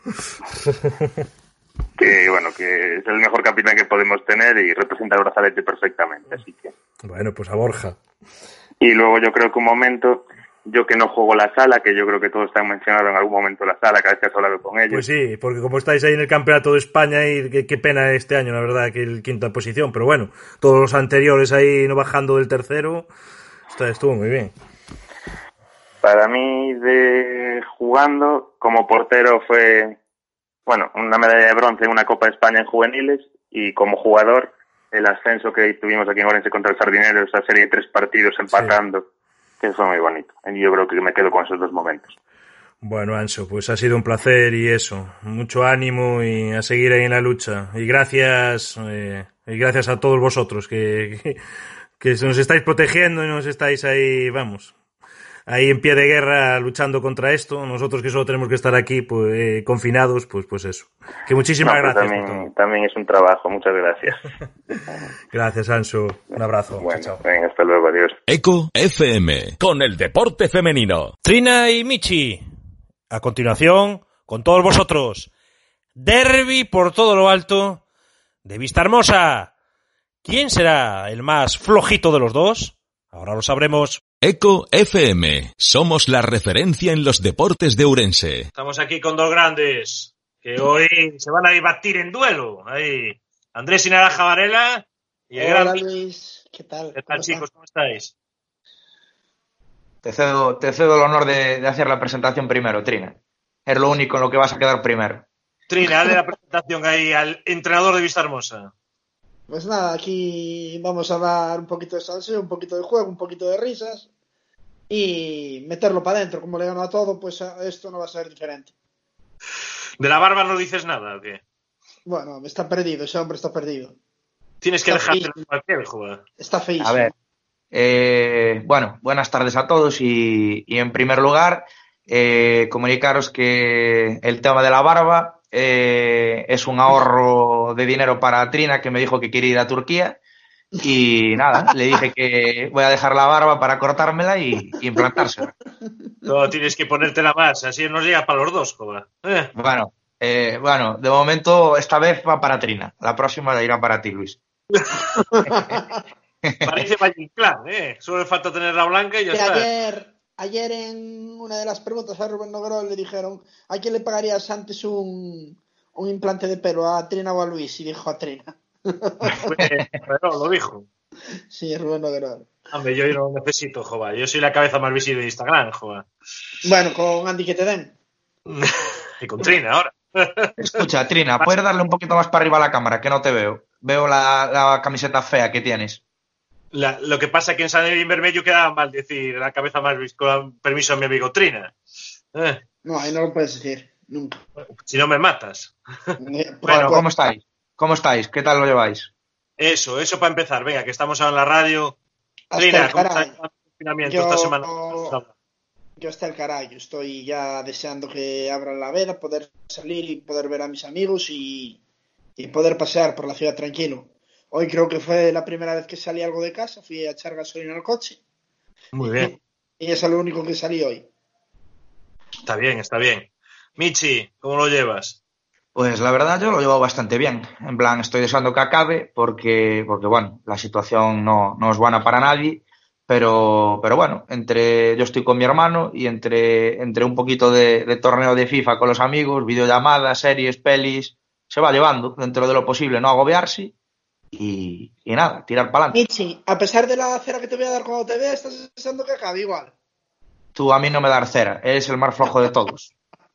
Que bueno, que es el mejor capitán que podemos tener y representa el brazalete perfectamente, así que... Bueno, pues a Borja. Y luego yo creo que un momento, yo que no juego la sala, que yo creo que todos están mencionando en algún momento la sala, cada vez que has hablado con ellos. Pues sí, porque como estáis ahí en el campeonato de España, y qué, qué pena este año, la verdad, que el quinta posición, pero bueno, todos los anteriores ahí no bajando del tercero, estuvo muy bien. Para mí, de jugando como portero fue, bueno, una medalla de bronce en una Copa de España en juveniles, y como jugador, el ascenso que tuvimos aquí en Orense contra el Sardinero, esa serie de tres partidos empatando. Sí. Que fue muy bonito. Y yo creo que me quedo con esos dos momentos. Bueno, Anso, pues ha sido un placer y eso. Mucho ánimo y a seguir ahí en la lucha. Y gracias, eh, y gracias a todos vosotros que, que, que nos estáis protegiendo y nos estáis ahí, vamos, ahí en pie de guerra luchando contra esto. Nosotros que solo tenemos que estar aquí pues eh, confinados, pues pues eso. Que muchísimas no, gracias. También, por todo. También es un trabajo. Muchas gracias. Gracias, Anso. Un abrazo. Bueno, chao, chao. Venga, hasta luego. Adiós. Eco F M, con el deporte femenino. Trina y Michi. A continuación, con todos vosotros, derbi por todo lo alto de Vistahermosa. ¿Quién será el más flojito de los dos? Ahora lo sabremos. Eco F M, somos la referencia en los deportes de Ourense. Estamos aquí con dos grandes que hoy se van a debatir en duelo. Ahí, Andrés Sinaraja Varela y el Hola, gran... Luis, ¿qué tal? ¿Qué tal, ¿Cómo chicos? estás? ¿Cómo estáis? Te cedo, te cedo el honor de, de hacer la presentación primero, Trina. Es lo único en lo que vas a quedar primero. Trina, dale la presentación ahí al entrenador de Vistahermosa. Pues nada, aquí vamos a dar un poquito de salseo, un poquito de juego, un poquito de risas y meterlo para adentro. Como le ganó a todo, pues esto no va a ser diferente. ¿De la barba no dices nada o qué? Bueno, está perdido, ese hombre está perdido. Tienes que Está dejarte de cualquier jugador. Está feísimo. A ver, eh, bueno, buenas tardes a todos y, y en primer lugar, eh, comunicaros que el tema de la barba eh, es un ahorro de dinero para Trina, que me dijo que quiere ir a Turquía y nada, le dije que voy a dejar la barba para cortármela y, y implantársela. No, tienes que ponértela más, así nos llega para los dos, joder. Eh. Bueno, eh, bueno, de momento esta vez va para Trina, la próxima la irá para ti, Luis. Parece Valle Inclán, ¿eh? Solo le falta tener la blanca y ya Que está. ayer, ayer en una de las preguntas a Rubén Noguerol le dijeron ¿a quién le pagarías antes un, un implante de pelo? ¿A Trina o a Luis? Y dijo a Trina. Pero lo dijo. Sí, Rubén Noguerol. Hombre, yo no necesito, joder. Yo soy la cabeza más visible de Instagram, joder. Bueno, con Andy que te den. Y con Trina ahora. Escucha, Trina, ¿puedes darle un poquito más para arriba a la cámara? Que no te veo. Veo la, la camiseta fea que tienes. La, lo que pasa es que en San Edwin Bermello quedaba mal decir la cabeza más vis- con permiso a mi amigo Trina. Eh, No, ahí no lo puedes decir, nunca. si no me matas. Eh, Bueno, pues, ¿cómo estáis? ¿Cómo estáis? ¿Qué tal lo lleváis? Eso, eso para empezar. Venga, que estamos ahora en la radio. hasta Trina, el ¿cómo está caray. el confinamiento Yo- esta semana? Yo hasta el carajo, estoy ya deseando que abran la veda, poder salir y poder ver a mis amigos y, y poder pasear por la ciudad tranquilo. Hoy creo que fue la primera vez que salí algo de casa, fui a echar gasolina al coche Muy bien, y eso es lo único que salí hoy. está bien, está bien. Michi, ¿cómo lo llevas? Pues la verdad yo lo llevo bastante bien. En plan, estoy deseando que acabe porque, porque bueno, la situación no, no es buena para nadie. Pero, pero bueno, entre yo estoy con mi hermano y entre, entre un poquito de, de torneo de FIFA con los amigos, videollamadas, series, pelis, se va llevando dentro de lo posible, no agobiarse y, y nada, tirar para adelante. Michi, a pesar de la cera que te voy a dar cuando te vea, estás deseando que acabe igual. Tú a mí no me das cera, eres el más flojo de todos.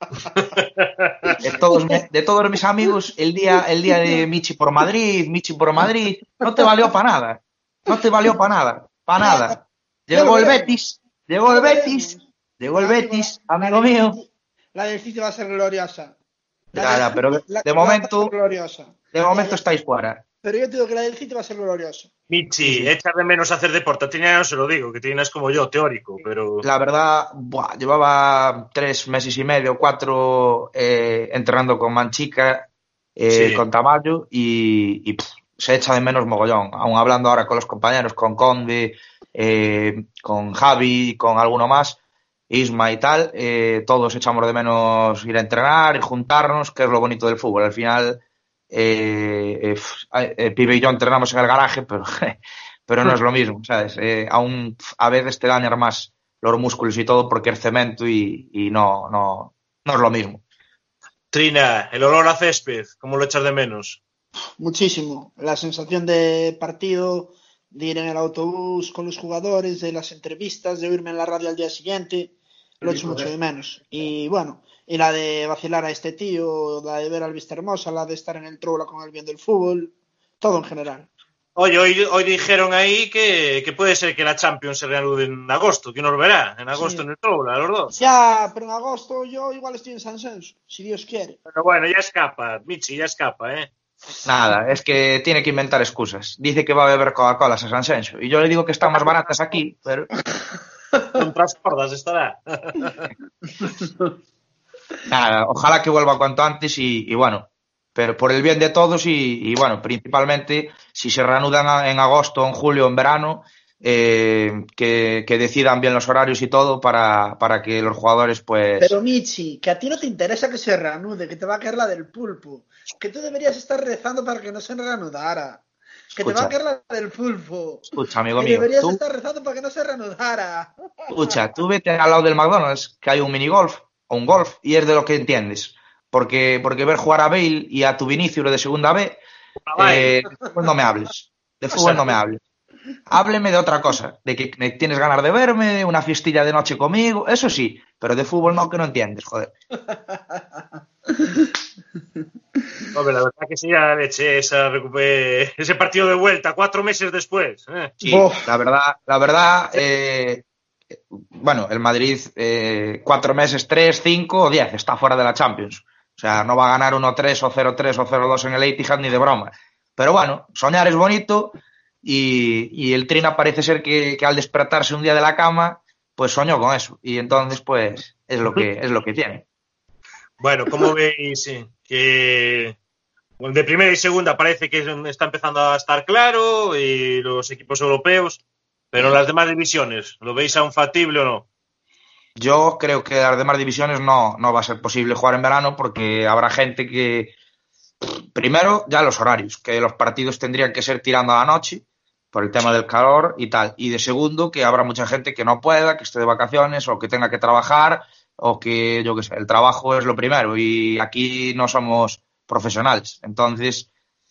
De todos, me- de todos mis amigos, el día, el día de Michi por Madrid, Michi por Madrid, no te valió para nada. No te valió para nada, para nada. Llegó el Betis, llegó el Betis, llegó el Betis, amigo mío. La del City va a ser gloriosa. La Ya, del ya, City- pero de- la- de va a momento- ser gloriosa. De momento estáis fuera. Pero yo te digo que la del City va a ser gloriosa. Michi, echar de menos hacer deporte. A Trina no se lo digo, que Trina es como yo, teórico, pero... La verdad, buah, llevaba tres meses y medio, cuatro, eh, entrenando con Manchica, eh, Sí. con Tamayo y, y, pff, se echa de menos mogollón. Aún hablando ahora con los compañeros, con Conde, eh, con Javi, con alguno más, Isma y tal, eh, todos echamos de menos ir a entrenar y juntarnos, que es lo bonito del fútbol. Al final, eh, eh, pff, eh, Pibe y yo entrenamos en el garaje, pero, pero no es lo mismo, ¿sabes? Eh, aún pff, a veces te dañan más los músculos y todo porque es cemento y, y no, no, no es lo mismo. Trina, el olor a césped, ¿cómo lo echas de menos? Muchísimo. La sensación de partido, de ir en el autobús con los jugadores, de las entrevistas, de oírme en la radio al día siguiente, lo echo mucho de menos. Y bueno, y la de vacilar a este tío, la de ver al Vistahermosa, la de estar en el troula con él viendo el fútbol, todo en general. Oye, hoy, hoy dijeron ahí que, que puede ser que la Champions se reanude en agosto, que uno lo verá, en agosto Sí. en el Troula, los dos. Ya, pero en agosto yo igual estoy en San Censo, si Dios quiere. Pero bueno, ya escapa, Michi, ya escapa, ¿eh? Nada, es que tiene que inventar excusas. Dice que va a beber Coca-Cola a San Senso. Y yo le digo que están más baratas aquí, pero Contra las cordas estará. nada, ojalá que vuelva cuanto antes y, y bueno, pero por el bien de todos y, y bueno, principalmente si se reanudan en agosto, en julio, en verano, eh, que, que decidan bien los horarios y todo para, para que los jugadores pues... Pero Michi, que a ti no te interesa que se reanude, que te va a caer la del pulpo, que tú deberías estar rezando para que no se reanudara, que te va a Escucha. caer la del pulpo, Escucha, amigo que mío, deberías tú, estar rezando para que no se reanudara. escucha, tú vete al lado del McDonald's, que hay un minigolf o un golf, y es de lo que entiendes. Porque, porque ver jugar a Bale y a tu Vinicius de segunda B, eh, de fútbol no me hables. De fútbol no me hables. Hábleme de otra cosa, de que me tienes ganas de verme, una fiestilla de noche conmigo, eso sí, pero de fútbol no, que no entiendes, joder. Hombre, la verdad que sí, la leche, esa recuper... ese partido de vuelta, cuatro meses después. ¿eh? Sí, Uf. la verdad, la verdad, eh, bueno, el Madrid, eh, cuatro meses, tres, cinco o diez, está fuera de la Champions. O sea, no va a ganar uno tres o cero tres o cero dos en el Etihad ni de broma. Pero bueno, soñar es bonito y, y el Trina parece ser que, que al despertarse un día de la cama, pues soñó con eso. Y entonces, pues, es lo que, es lo que tiene. Bueno, ¿cómo veis sí, que de primera y segunda parece que está empezando a estar claro y los equipos europeos, pero las demás divisiones, ¿lo veis aún factible o no? Yo creo que las demás divisiones no, no va a ser posible jugar en verano porque habrá gente que, primero, ya los horarios, que los partidos tendrían que ser tirando a la noche por el tema del calor y tal. Y de segundo, que habrá mucha gente que no pueda, que esté de vacaciones o que tenga que trabajar o que, yo qué sé, el trabajo es lo primero y aquí no somos profesionales. Entonces,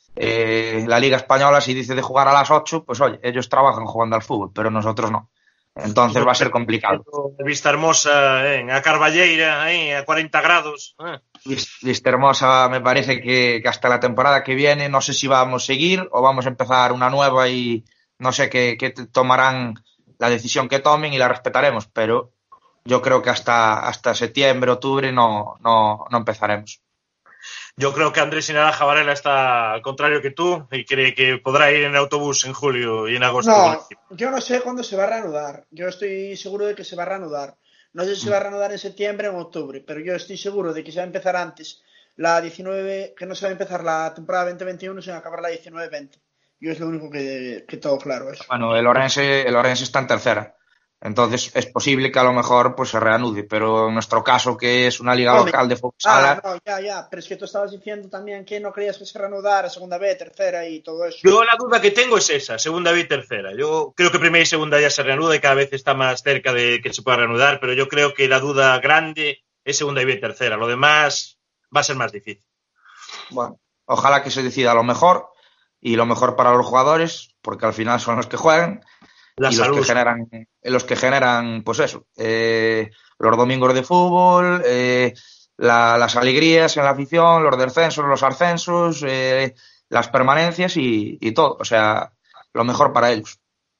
eh, la Liga Española, si dice de jugar a las ocho, pues oye, ellos trabajan jugando al fútbol, pero nosotros no. Entonces va a ser complicado. Vista Hermosa, eh, a Carballeira, eh, a cuarenta grados. Eh. Vista Hermosa me parece que, que hasta la temporada que viene no sé si vamos a seguir o vamos a empezar una nueva y no sé qué, qué tomarán la decisión que tomen y la respetaremos, pero yo creo que hasta, hasta septiembre, octubre no, no, no empezaremos. Yo creo que Andrés Inaraja Varela está al contrario que tú y cree que podrá ir en autobús en julio y en agosto. No, yo no sé cuándo se va a reanudar. Yo estoy seguro de que se va a reanudar. No sé si se va a reanudar en septiembre o en octubre, pero yo estoy seguro de que se va a empezar antes la diecinueve, que no se va a empezar la temporada veinte veintiuno, sino a acabar la diecinueve veinte. Yo es lo único que, que tengo claro eso. Bueno, el Orense, el Orense está en tercera. Entonces es posible que a lo mejor pues se reanude, pero en nuestro caso, que es una liga Hombre. local de fútbol sala... Ah, no, ya, ya, pero es que tú estabas diciendo también que no creías que se reanudara segunda B, tercera y todo eso. Yo la duda que tengo es esa, segunda B y tercera. Yo creo que primera y segunda ya se reanuda y cada vez está más cerca de que se pueda reanudar, pero yo creo que la duda grande es segunda B y tercera. Lo demás va a ser más difícil. Bueno, ojalá que se decida lo mejor y lo mejor para los jugadores, porque al final son los que juegan. La y salud. los que generan, los que generan, pues eso, eh, los domingos de fútbol, eh, la, las alegrías en la afición, los descensos, los ascensos, eh, las permanencias y, y todo. O sea, lo mejor para ellos.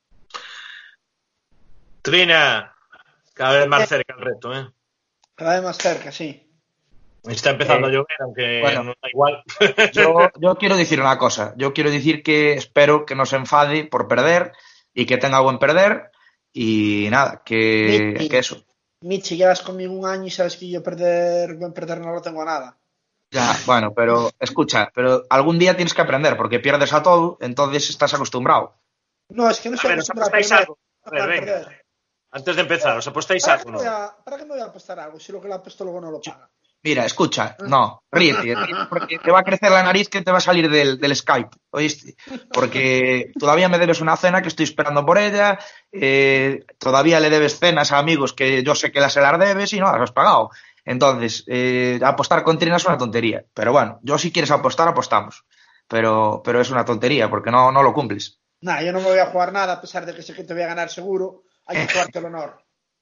Trina, cada vez más cerca el reto, ¿eh? Cada vez más cerca, sí. Está empezando eh, a llover, aunque bueno, no da igual. Yo, yo quiero decir una cosa. Yo quiero decir que espero que no se enfade por perder y que tenga buen perder y nada, que, Michi, que eso. Michi, llevas conmigo un año y sabes que yo perder, buen perder no lo tengo a nada. Ya, bueno, pero escucha, pero algún día tienes que aprender porque pierdes a todo, entonces estás acostumbrado. No, es que no estoy ver, acostumbrado a perder. Algo. A ver, venga. Perder. Antes de empezar, ¿os apostáis ¿Para algo? Qué no? A, ¿Para qué me voy a apostar algo si lo que le apuesto luego no lo paga? Mira, escucha, no, ríete, ríete, porque te va a crecer la nariz que te va a salir del, del Skype, ¿oíste? Porque todavía me debes una cena que estoy esperando por ella, eh, todavía le debes cenas a amigos que yo sé que las se las debes y no las has pagado. Entonces, eh, apostar con Trina es una tontería, pero bueno, yo si quieres apostar, apostamos, pero, pero es una tontería porque no, no lo cumples. Nah, yo no me voy a jugar nada a pesar de que sé que te voy a ganar seguro, hay que jugarte el honor.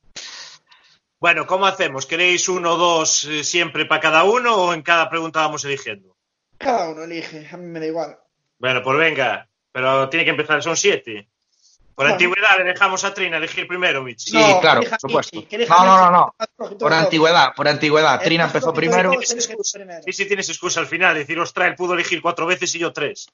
Bueno, ¿cómo hacemos? ¿Queréis uno o dos eh, siempre para cada uno o en cada pregunta vamos eligiendo? Cada uno elige, a mí me da igual. Bueno, pues venga, pero tiene que empezar, son siete. Por bueno. Antigüedad le dejamos a Trina elegir primero, Michi. Sí, no, claro, por supuesto. Michi, no, no, no, no. Por antigüedad, por antigüedad. Trina empezó primero. Sí, sí, tienes excusa al final. Decir, ostras, él pudo elegir cuatro veces y yo tres.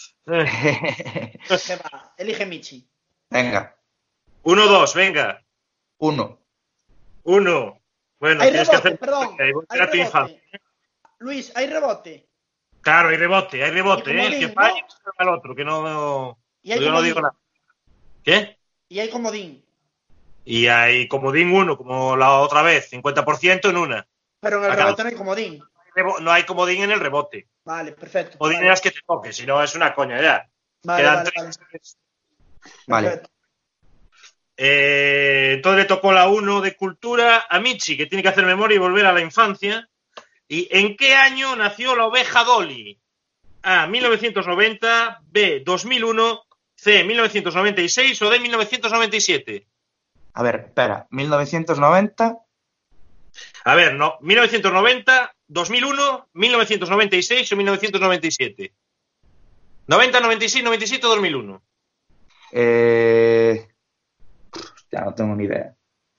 Eh. Va, elige Michi. Venga. Uno, dos, venga. Uno. Uno. Bueno, hay tienes rebote, que hacer. Perdón, hay rebote. Luis, hay rebote. Claro, hay rebote, hay rebote, ¿eh? El que falle ¿no? al otro, que no. no y hay yo no digo nada. ¿Qué? Y hay comodín. Y hay comodín uno, como la otra vez, cincuenta por ciento en una. Pero en el Acá rebote no hay comodín. No hay comodín en el rebote. Vale, perfecto. Comodín vale. es que te toque, si no es una coña ya. Vale, Quedan vale, tres. Vale. vale. Eh, entonces le tocó la uno de cultura a Michi, que tiene que hacer memoria y volver a la infancia. ¿Y en qué año nació la oveja Dolly? A, mil novecientos noventa, B, dos mil uno, C, mil novecientos noventa y seis o D, mil novecientos noventa y siete. A ver, espera, mil novecientos noventa. A ver, no, mil novecientos noventa, dos mil uno, mil novecientos noventa y seis o mil novecientos noventa y siete. noventa, noventa y seis, noventa y siete o dos mil uno. Eh... Ya no tengo ni idea.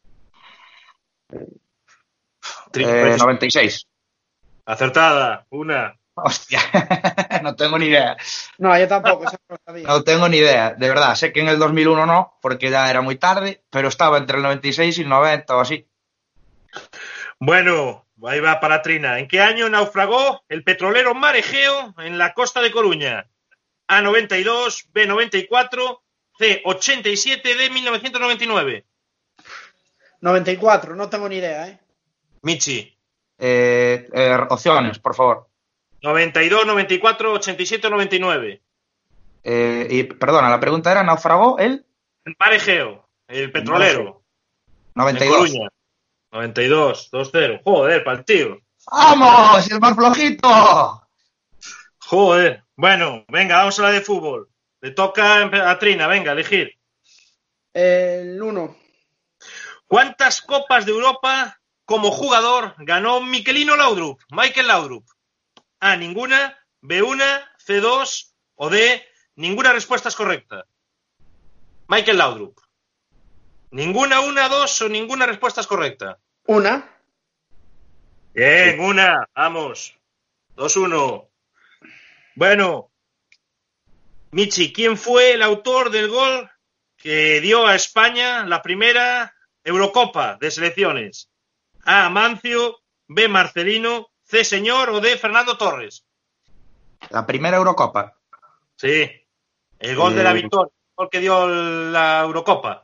Eh, noventa y seis. Acertada, una. Hostia, no tengo ni idea. No, yo tampoco, eso no lo sabía. No tengo ni idea, de verdad. Sé que en el dos mil uno no, porque ya era muy tarde, pero estaba entre el noventa y seis y el noventa o así. Bueno, ahí va para Trina. ¿En qué año naufragó el petrolero Mar Egeo en la costa de Coruña? A, noventa y dos, B, noventa y cuatro, C, ochenta y siete, D, mil novecientos noventa y nueve. noventa y cuatro, no tengo ni idea, ¿eh? Michi. Eh, eh, opciones, por favor. noventa y dos, noventa y cuatro, ochenta y siete o noventa y nueve. Eh, y perdona, la pregunta era, ¿naufragó el? El Mar Egeo, el petrolero. noventa y En dos. Coruña. noventa y dos, dos cero. Joder, para el tío. ¡Vamos! ¡El más flojito! Joder. Bueno, venga, vamos a la de fútbol. Le toca a Trina, venga, elegir. El uno. ¿Cuántas Copas de Europa como jugador ganó Mikelino Laudrup? Michael Laudrup. A, ninguna. B, una. C, dos. O D, ninguna respuesta es correcta. Michael Laudrup. Ninguna, una, dos o ninguna respuesta es correcta. Una. Bien, una. Vamos. Dos, uno. Bueno. Michi, ¿quién fue el autor del gol que dio a España la primera Eurocopa de selecciones? A, Amancio. B, Marcelino. C, Señor. O D, Fernando Torres. La primera Eurocopa. Sí. El gol Eh... de la victoria. El gol que dio la Eurocopa.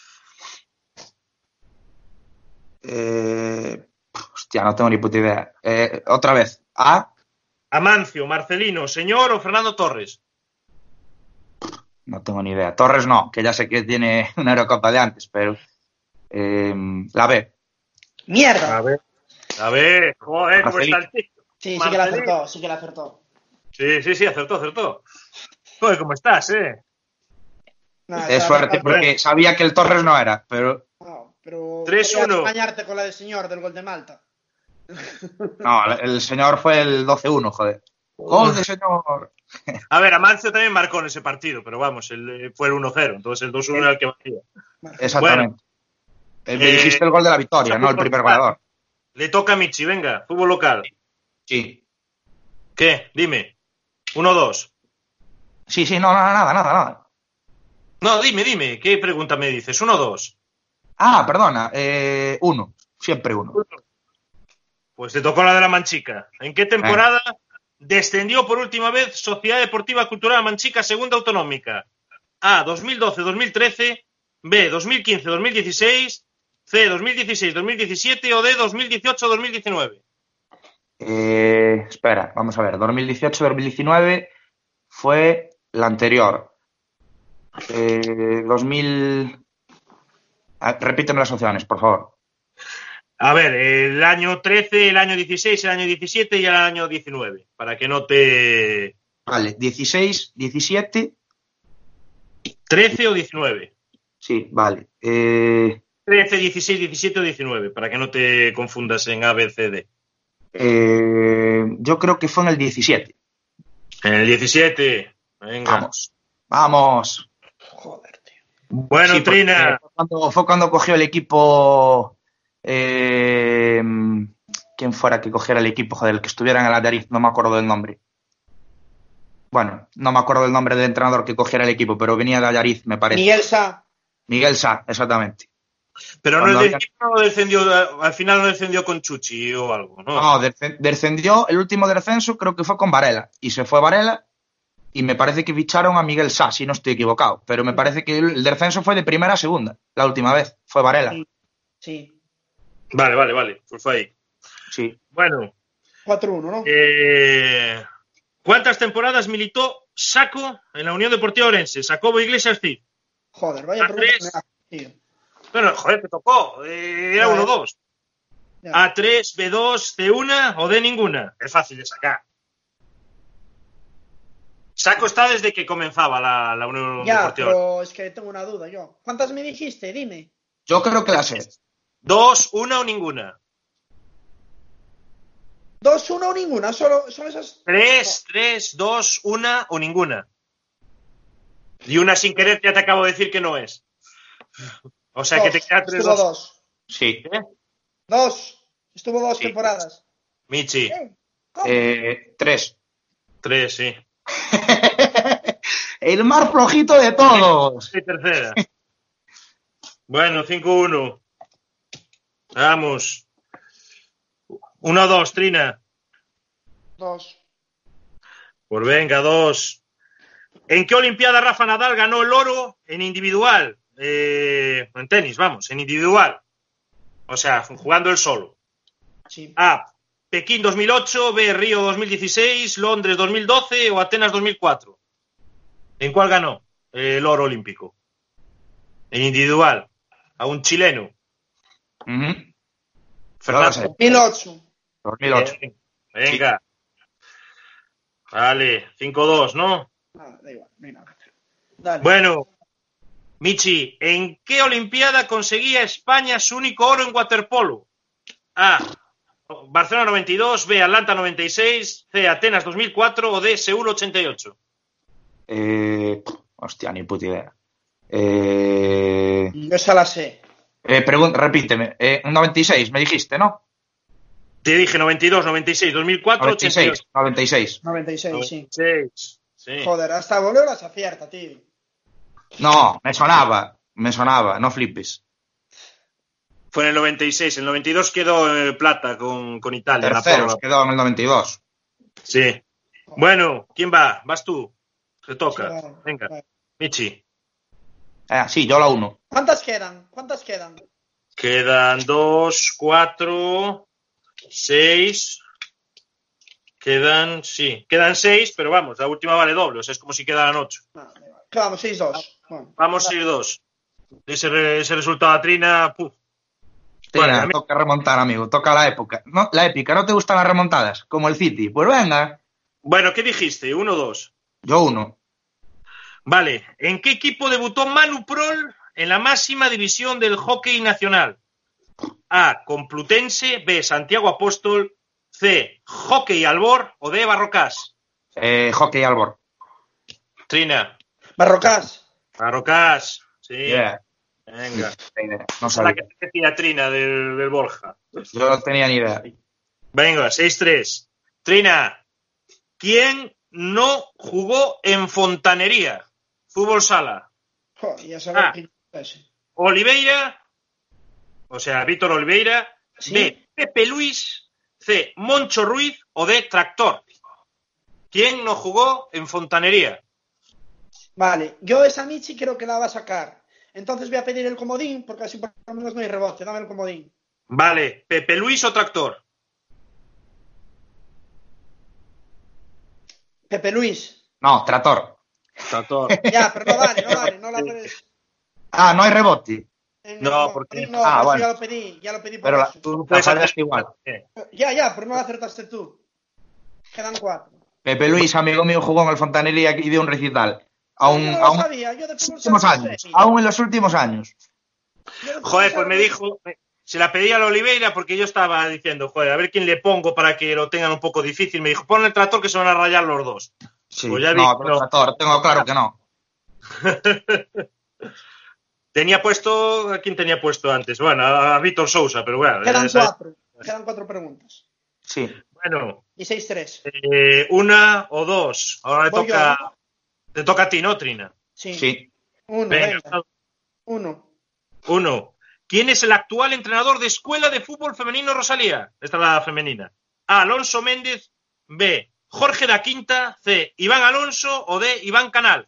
Eh... Hostia, no tengo ni puta idea. Eh, otra vez. A. Amancio, Marcelino, Señor o Fernando Torres. No tengo ni idea. Torres no, que ya sé que tiene una Eurocopa de antes, pero... Eh, la B. ¡Mierda! A ver. A ver, joder, ¿cómo está el tío? Sí, sí que la acertó, sí que la acertó. Sí, sí, sí, acertó, acertó. Joder, ¿cómo estás, eh? No, Es suerte, porque sabía que el Torres no era, pero... No, pero... tres uno. Engañarte con la del señor del gol de Malta. No, el señor fue el doce uno, joder. ¡Gol de señor! A ver, Amancio también marcó en ese partido, pero vamos, el, fue el uno cero, entonces el dos uno era el que batía. Exactamente. Bueno, me dijiste eh, el gol de la victoria, no el primer goleador. Le toca a Michi, venga, fútbol local. Sí. ¿Qué? Dime. uno dos. Sí, sí, no, nada, nada, nada, nada. No, dime, dime, ¿qué pregunta me dices? uno dos. Ah, perdona, eh, uno. Siempre uno. Pues te tocó la de la Manchica. ¿En qué temporada eh. descendió por última vez Sociedad Deportiva Cultural Manchica Segunda Autonómica? A, dos mil doce dos mil trece, B, dos mil quince dos mil dieciséis, C, dos mil dieciséis dos mil diecisiete o D, dos mil dieciocho dos mil diecinueve. Eh, espera, vamos a ver. dos mil dieciocho dos mil diecinueve fue la anterior. Eh, dos mil... Ah, repíteme las opciones, por favor. A ver, el año trece, el año dieciséis, el año diecisiete y el año diecinueve, para que no te... Vale, dieciséis, diecisiete... trece o diecinueve. Sí, vale. Eh... trece, dieciséis, diecisiete o diecinueve, para que no te confundas en A, B, C, D. Eh... Yo creo que fue en el diecisiete. En el diecisiete. Venga. Vamos. Vamos. Joder, tío. Bueno, sí, Trina. Fue cuando, fue cuando cogió el equipo... Eh, ¿Quién fuera que cogiera el equipo? Joder, el que estuviera en el Allariz, no me acuerdo del nombre. Bueno, no me acuerdo del nombre del entrenador que cogiera el equipo, pero venía de Allariz, me parece. Miguel Sá. Miguel Sá, exactamente. Pero no, el equipo no descendió, al final no descendió con Chuchi o algo, ¿no? No, descendió, el último descenso creo que fue con Varela, y se fue Varela, y me parece que ficharon a Miguel Sá, si no estoy equivocado, pero me parece que el descenso fue de primera a segunda, la última vez, fue Varela. Sí. Vale, vale, vale, pues fue ahí. Sí. Bueno. cuatro uno, ¿no? Eh, ¿Cuántas temporadas militó Saco en la Unión Deportiva Orense? Sacobo Iglesias Cid. Joder, vaya pregunta, tío. Bueno, joder, te tocó. Eh, era uno dos. A tres, B dos, C uno o D ninguna. Es fácil de sacar. Saco está desde que comenzaba la, la Unión ya, Deportiva. Ya, pero es que tengo una duda yo. ¿Cuántas me dijiste? Dime. Yo creo que la sé. Dos, una o ninguna. Dos dos, una o ninguna, solo son esas. Tres, tres, dos, una o ninguna. Y una sin querer ya te acabo de decir que no es. O sea Dos. que te queda tres, Estuvo dos. dos. Sí. ¿Eh? Dos. Estuvo dos Sí. temporadas. Michi, ¿Eh? ¿Cómo? Eh, tres. tres, sí. El más flojito de todos. Sí, tercera. Bueno, cinco uno. Vamos. uno dos, Trina. Dos. Pues venga, dos. ¿En qué Olimpiada Rafa Nadal ganó el oro en individual? Eh, en tenis, vamos, en individual. O sea, jugando él solo. Sí. A. Pekín dos mil ocho, B. Río dos mil dieciséis, Londres dos mil doce o Atenas dos mil cuatro. ¿En cuál ganó el oro olímpico? En individual. A un chileno. Uh-huh. Fernando. No lo sé. dos mil ocho. dos mil ocho. Bien, venga. Vale, cinco dos, ¿no? Ah, da igual, no hay nada que hacer. Dale. Bueno, Michi, ¿en qué Olimpiada conseguía España su único oro en waterpolo? A. Barcelona noventa y dos, B. Atlanta noventa y seis, C. Atenas dos mil cuatro o D. Seúl ochenta y ocho. Eh, hostia, ni puta idea. Eh, Yo esa la sé. eh, pregun- repíteme. Eh, noventa y seis, me dijiste, ¿no? Te dije noventa y dos, noventa y seis, dos mil cuatro, noventa y ochenta y seis. ocho. noventa y seis. noventa y seis, sí. noventa y seis, sí. Joder, hasta voleo las acierta, tío. No, me sonaba. Me sonaba, no flipes. Fue en el noventa y seis. En el noventa y dos quedó eh, plata con, con Italia. en la Terceros, prórroga. quedó en el noventa y dos. Sí. Bueno, ¿quién va? Vas tú. Te toca. Sí, vale, Venga, vale. Michi. Eh, sí, yo la uno. ¿Cuántas quedan? ¿Cuántas quedan? Quedan dos, cuatro, seis. Quedan, sí, quedan seis, pero vamos, la última vale doble, o sea, es como si quedaran ocho. No, da igual. Vamos, seis dos. Bueno, Vamos a ir dos. Ese, re- ese resultado a Trina, puf. Trina, Vale, a mí- toca remontar, amigo. Toca la época. No, la épica, ¿no te gustan las remontadas? Como el City. Pues venga. Bueno, ¿qué dijiste? Uno, dos. Yo uno. Vale, ¿en qué equipo debutó Manu Prol en la máxima división del hockey nacional? A. Complutense, B. Santiago Apóstol, C. Hockey Albor o D. Barrocás. Eh, hockey Albor. Trina. Barrocás. Barrocás. Sí. Yeah. Venga. No Esa es la sabía. que te decía Trina del, del Borja. Yo no tenía ni idea. Venga, seis tres. Trina, ¿quién no jugó en Fontanería? Fútbol sala. Joder, ya sabes Ah. quién es ese. Oliveira, o sea, Víctor Oliveira, Sí. B. Pepe Luis, C. Moncho Ruiz o D. Tractor. ¿Quién no jugó en Fontanería? Vale, yo esa Michi creo que la va a sacar. Entonces voy a pedir el comodín, porque así por lo menos no hay rebote. Dame el comodín. Vale, Pepe Luis o Tractor. Pepe Luis. No, Trator. Tractor. Ya, pero no vale, no vale, no la puedes. Ah, no hay rebote. en No, el comodín, porque- no, ah, pero bueno. ya lo pedí, ya lo pedí por Pero la, eso. tú la Puedes fallaste hacer- igual. Ya, ya, pero no la acertaste tú. Quedan cuatro. Pepe Luis, amigo mío, jugó en el Fontanería y dio un recital. Aún, yo no lo aún sabía, yo de en los fútbol últimos sala no años. sé. Aún en los últimos años. Yo de fútbol Joder, sala pues me no sé. dijo, se la pedí a la Oliveira porque yo estaba diciendo, joder, a ver quién le pongo para que lo tengan un poco difícil. Me dijo, pon el Tractor que se van a rayar los dos. Sí. Pues ya vi no, que pero no. Trator, tengo claro que no. Tenía puesto, ¿a quién tenía puesto antes? Bueno, a, a Víctor Sousa, pero bueno. Quedan ya sabes. cuatro. Quedan cuatro preguntas. Sí. Bueno, Y seis tres. eh, una o dos. Ahora le Voy toca, yo, te toca a ti, ¿no, Trina? Sí. Sí. Uno, Venga, venga. Uno. uno. ¿Quién es el actual entrenador de Escuela de Fútbol Femenino Rosalía? Esta es la femenina. A. Alonso Méndez. B. Jorge da Quinta. C. Iván Alonso o D. Iván Canal.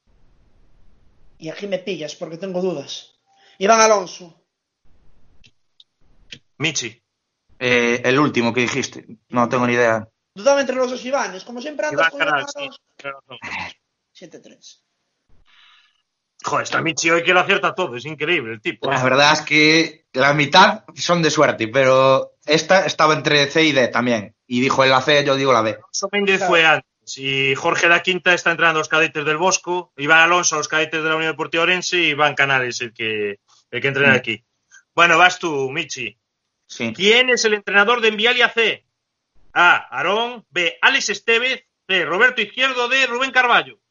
Y aquí me pillas porque tengo dudas. Iván Alonso. Michi. Eh, el último que dijiste. No tengo ni idea. Dudaba entre los dos Ivanes. Como siempre andas Iván con Canal, Iván sí. Alonso. Claro, no. siete tres. Joder, está Michi hoy que lo acierta todo. Es increíble el tipo. La verdad es que la mitad son de suerte, pero esta estaba entre C y D también. Y dijo él la C, yo digo la B. Alonso Méndez Claro. fue antes. Y Jorge da Quinta está entrenando a los cadetes del Bosco. Iván Alonso a los cadetes de la Unión Deportiva Orense. Y Iván Canal es el que, el que entrena Mm. aquí. Bueno, vas tú, Michi. Sí. ¿Quién es el entrenador de Envialia C? A. Aarón. B. Alex Estevez. C. Roberto Izquierdo. D. Rubén Carballo.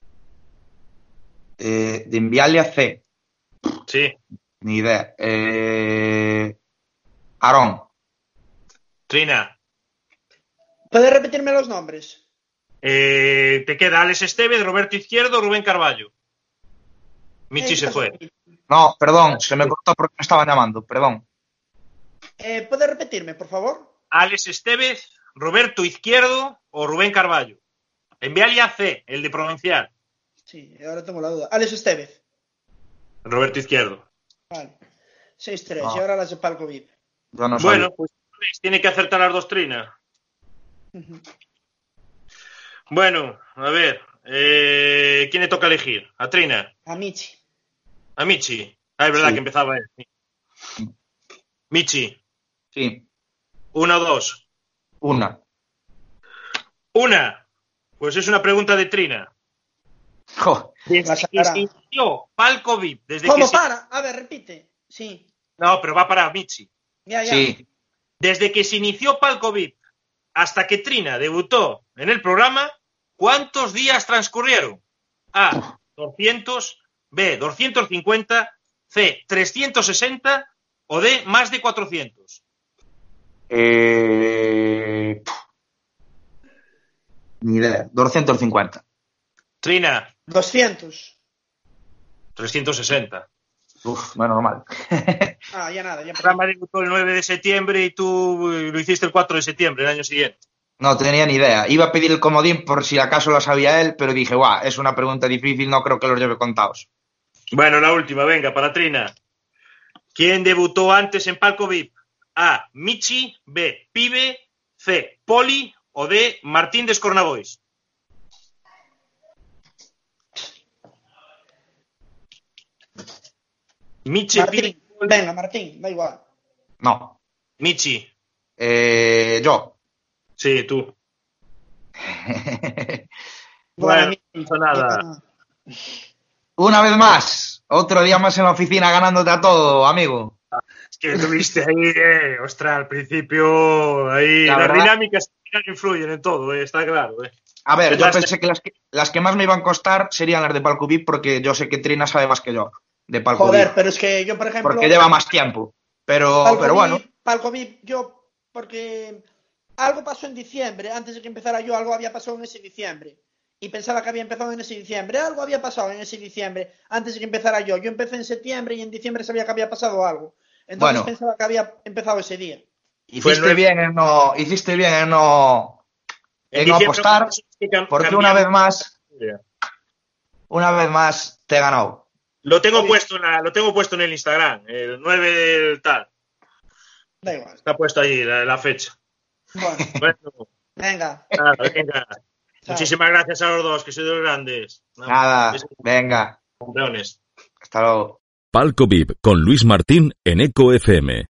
Eh, de Invialia C. Sí. Ni idea. Eh, Aarón. Trina. ¿Puedes repetirme los nombres? Eh, te queda Alex Estevez, Roberto Izquierdo, Rubén Carballo. Michi Eh, se fue. No, perdón, se me cortó porque me estaban llamando, perdón. Eh, ¿Puedes repetirme, por favor? Alex Estevez, Roberto Izquierdo o Rubén Carballo. Envialia C, el de Provincial. Sí, ahora tengo la duda. Alex Estevez. Roberto Izquierdo. Vale. seis tres, Ah. y ahora las de Palco V I P. Yo no Bueno, sabía. pues tiene que acertar las dos, Trina. Ujú. Bueno, a ver. Eh, ¿Quién le toca elegir? ¿A Trina? A Michi. ¿A Michi? Ah, es verdad Sí. que empezaba él. Michi, Sí, una o dos. una. Una. Pues es una pregunta de Trina. Jo, La Desde que sacará. se inició Palco V I P, desde ¿Cómo que se... para? A ver, repite. Sí. No, pero va para Michi. Ya, ya. sí. Desde que se inició Palco V I P hasta que Trina debutó en el programa, ¿cuántos días transcurrieron? A. doscientos. B. doscientos cincuenta. C. trescientos sesenta. O D. Más de cuatrocientos. Eh, Ni idea. doscientos cincuenta. Trina, doscientos. trescientos sesenta. Uf, menos mal. Ah, ya nada, ya El programa debutó el nueve de septiembre y tú eh, lo hiciste el cuatro de septiembre, el año siguiente. No tenía ni idea. Iba a pedir el comodín por si acaso lo sabía él, pero dije, guau, es una pregunta difícil, no creo que los lleve contados. Bueno, la última, venga, para Trina. ¿Quién debutó antes en Palco V I P? A. Michi. B. Pibe. C. Poli. O D. Martín de Escornabois. Michi, Pibe. Martín. Venga, Martín, da igual. No. Michi. Eh, yo. Sí, tú. Bueno, Bueno, Michi, no pasa nada. no. Una vez más. Otro día más en la oficina ganándote a todo, amigo. Es que tuviste ahí, eh, ostras, al principio, ahí, La las verdad- dinámicas influyen en todo, eh, está claro, eh. A ver, yo Las- pensé que las, que las que más me iban a costar serían las de Palco V I P porque yo sé que Trina sabe más que yo de Palco Joder, V I P. pero es que yo, por ejemplo. Porque lleva más tiempo. Pero, Palco pero bueno. V I P, Palco V I P, yo, porque algo pasó en diciembre, antes de que empezara yo, algo había pasado en ese diciembre. Y pensaba que había empezado en ese diciembre. Algo había pasado en ese diciembre, antes de que empezara yo. Yo empecé en septiembre y en diciembre sabía que había pasado algo. Entonces Bueno. pensaba que había empezado ese día. Fue Hiciste el- bien en no, hiciste bien en no, En en no diciembre, apostar, que cam- porque cambiamos- una vez más, una vez más te he ganado. Lo tengo Oye. puesto en la- lo tengo puesto en el Instagram, el nueve del tal. Da igual. Está puesto ahí la, la fecha. Bueno, Bueno, venga. nada, venga. Chao. Muchísimas gracias a los dos, que sois los grandes. Nada, Sois venga, campeones. hasta luego. Palco V I P con Luis Martín en Eco F M.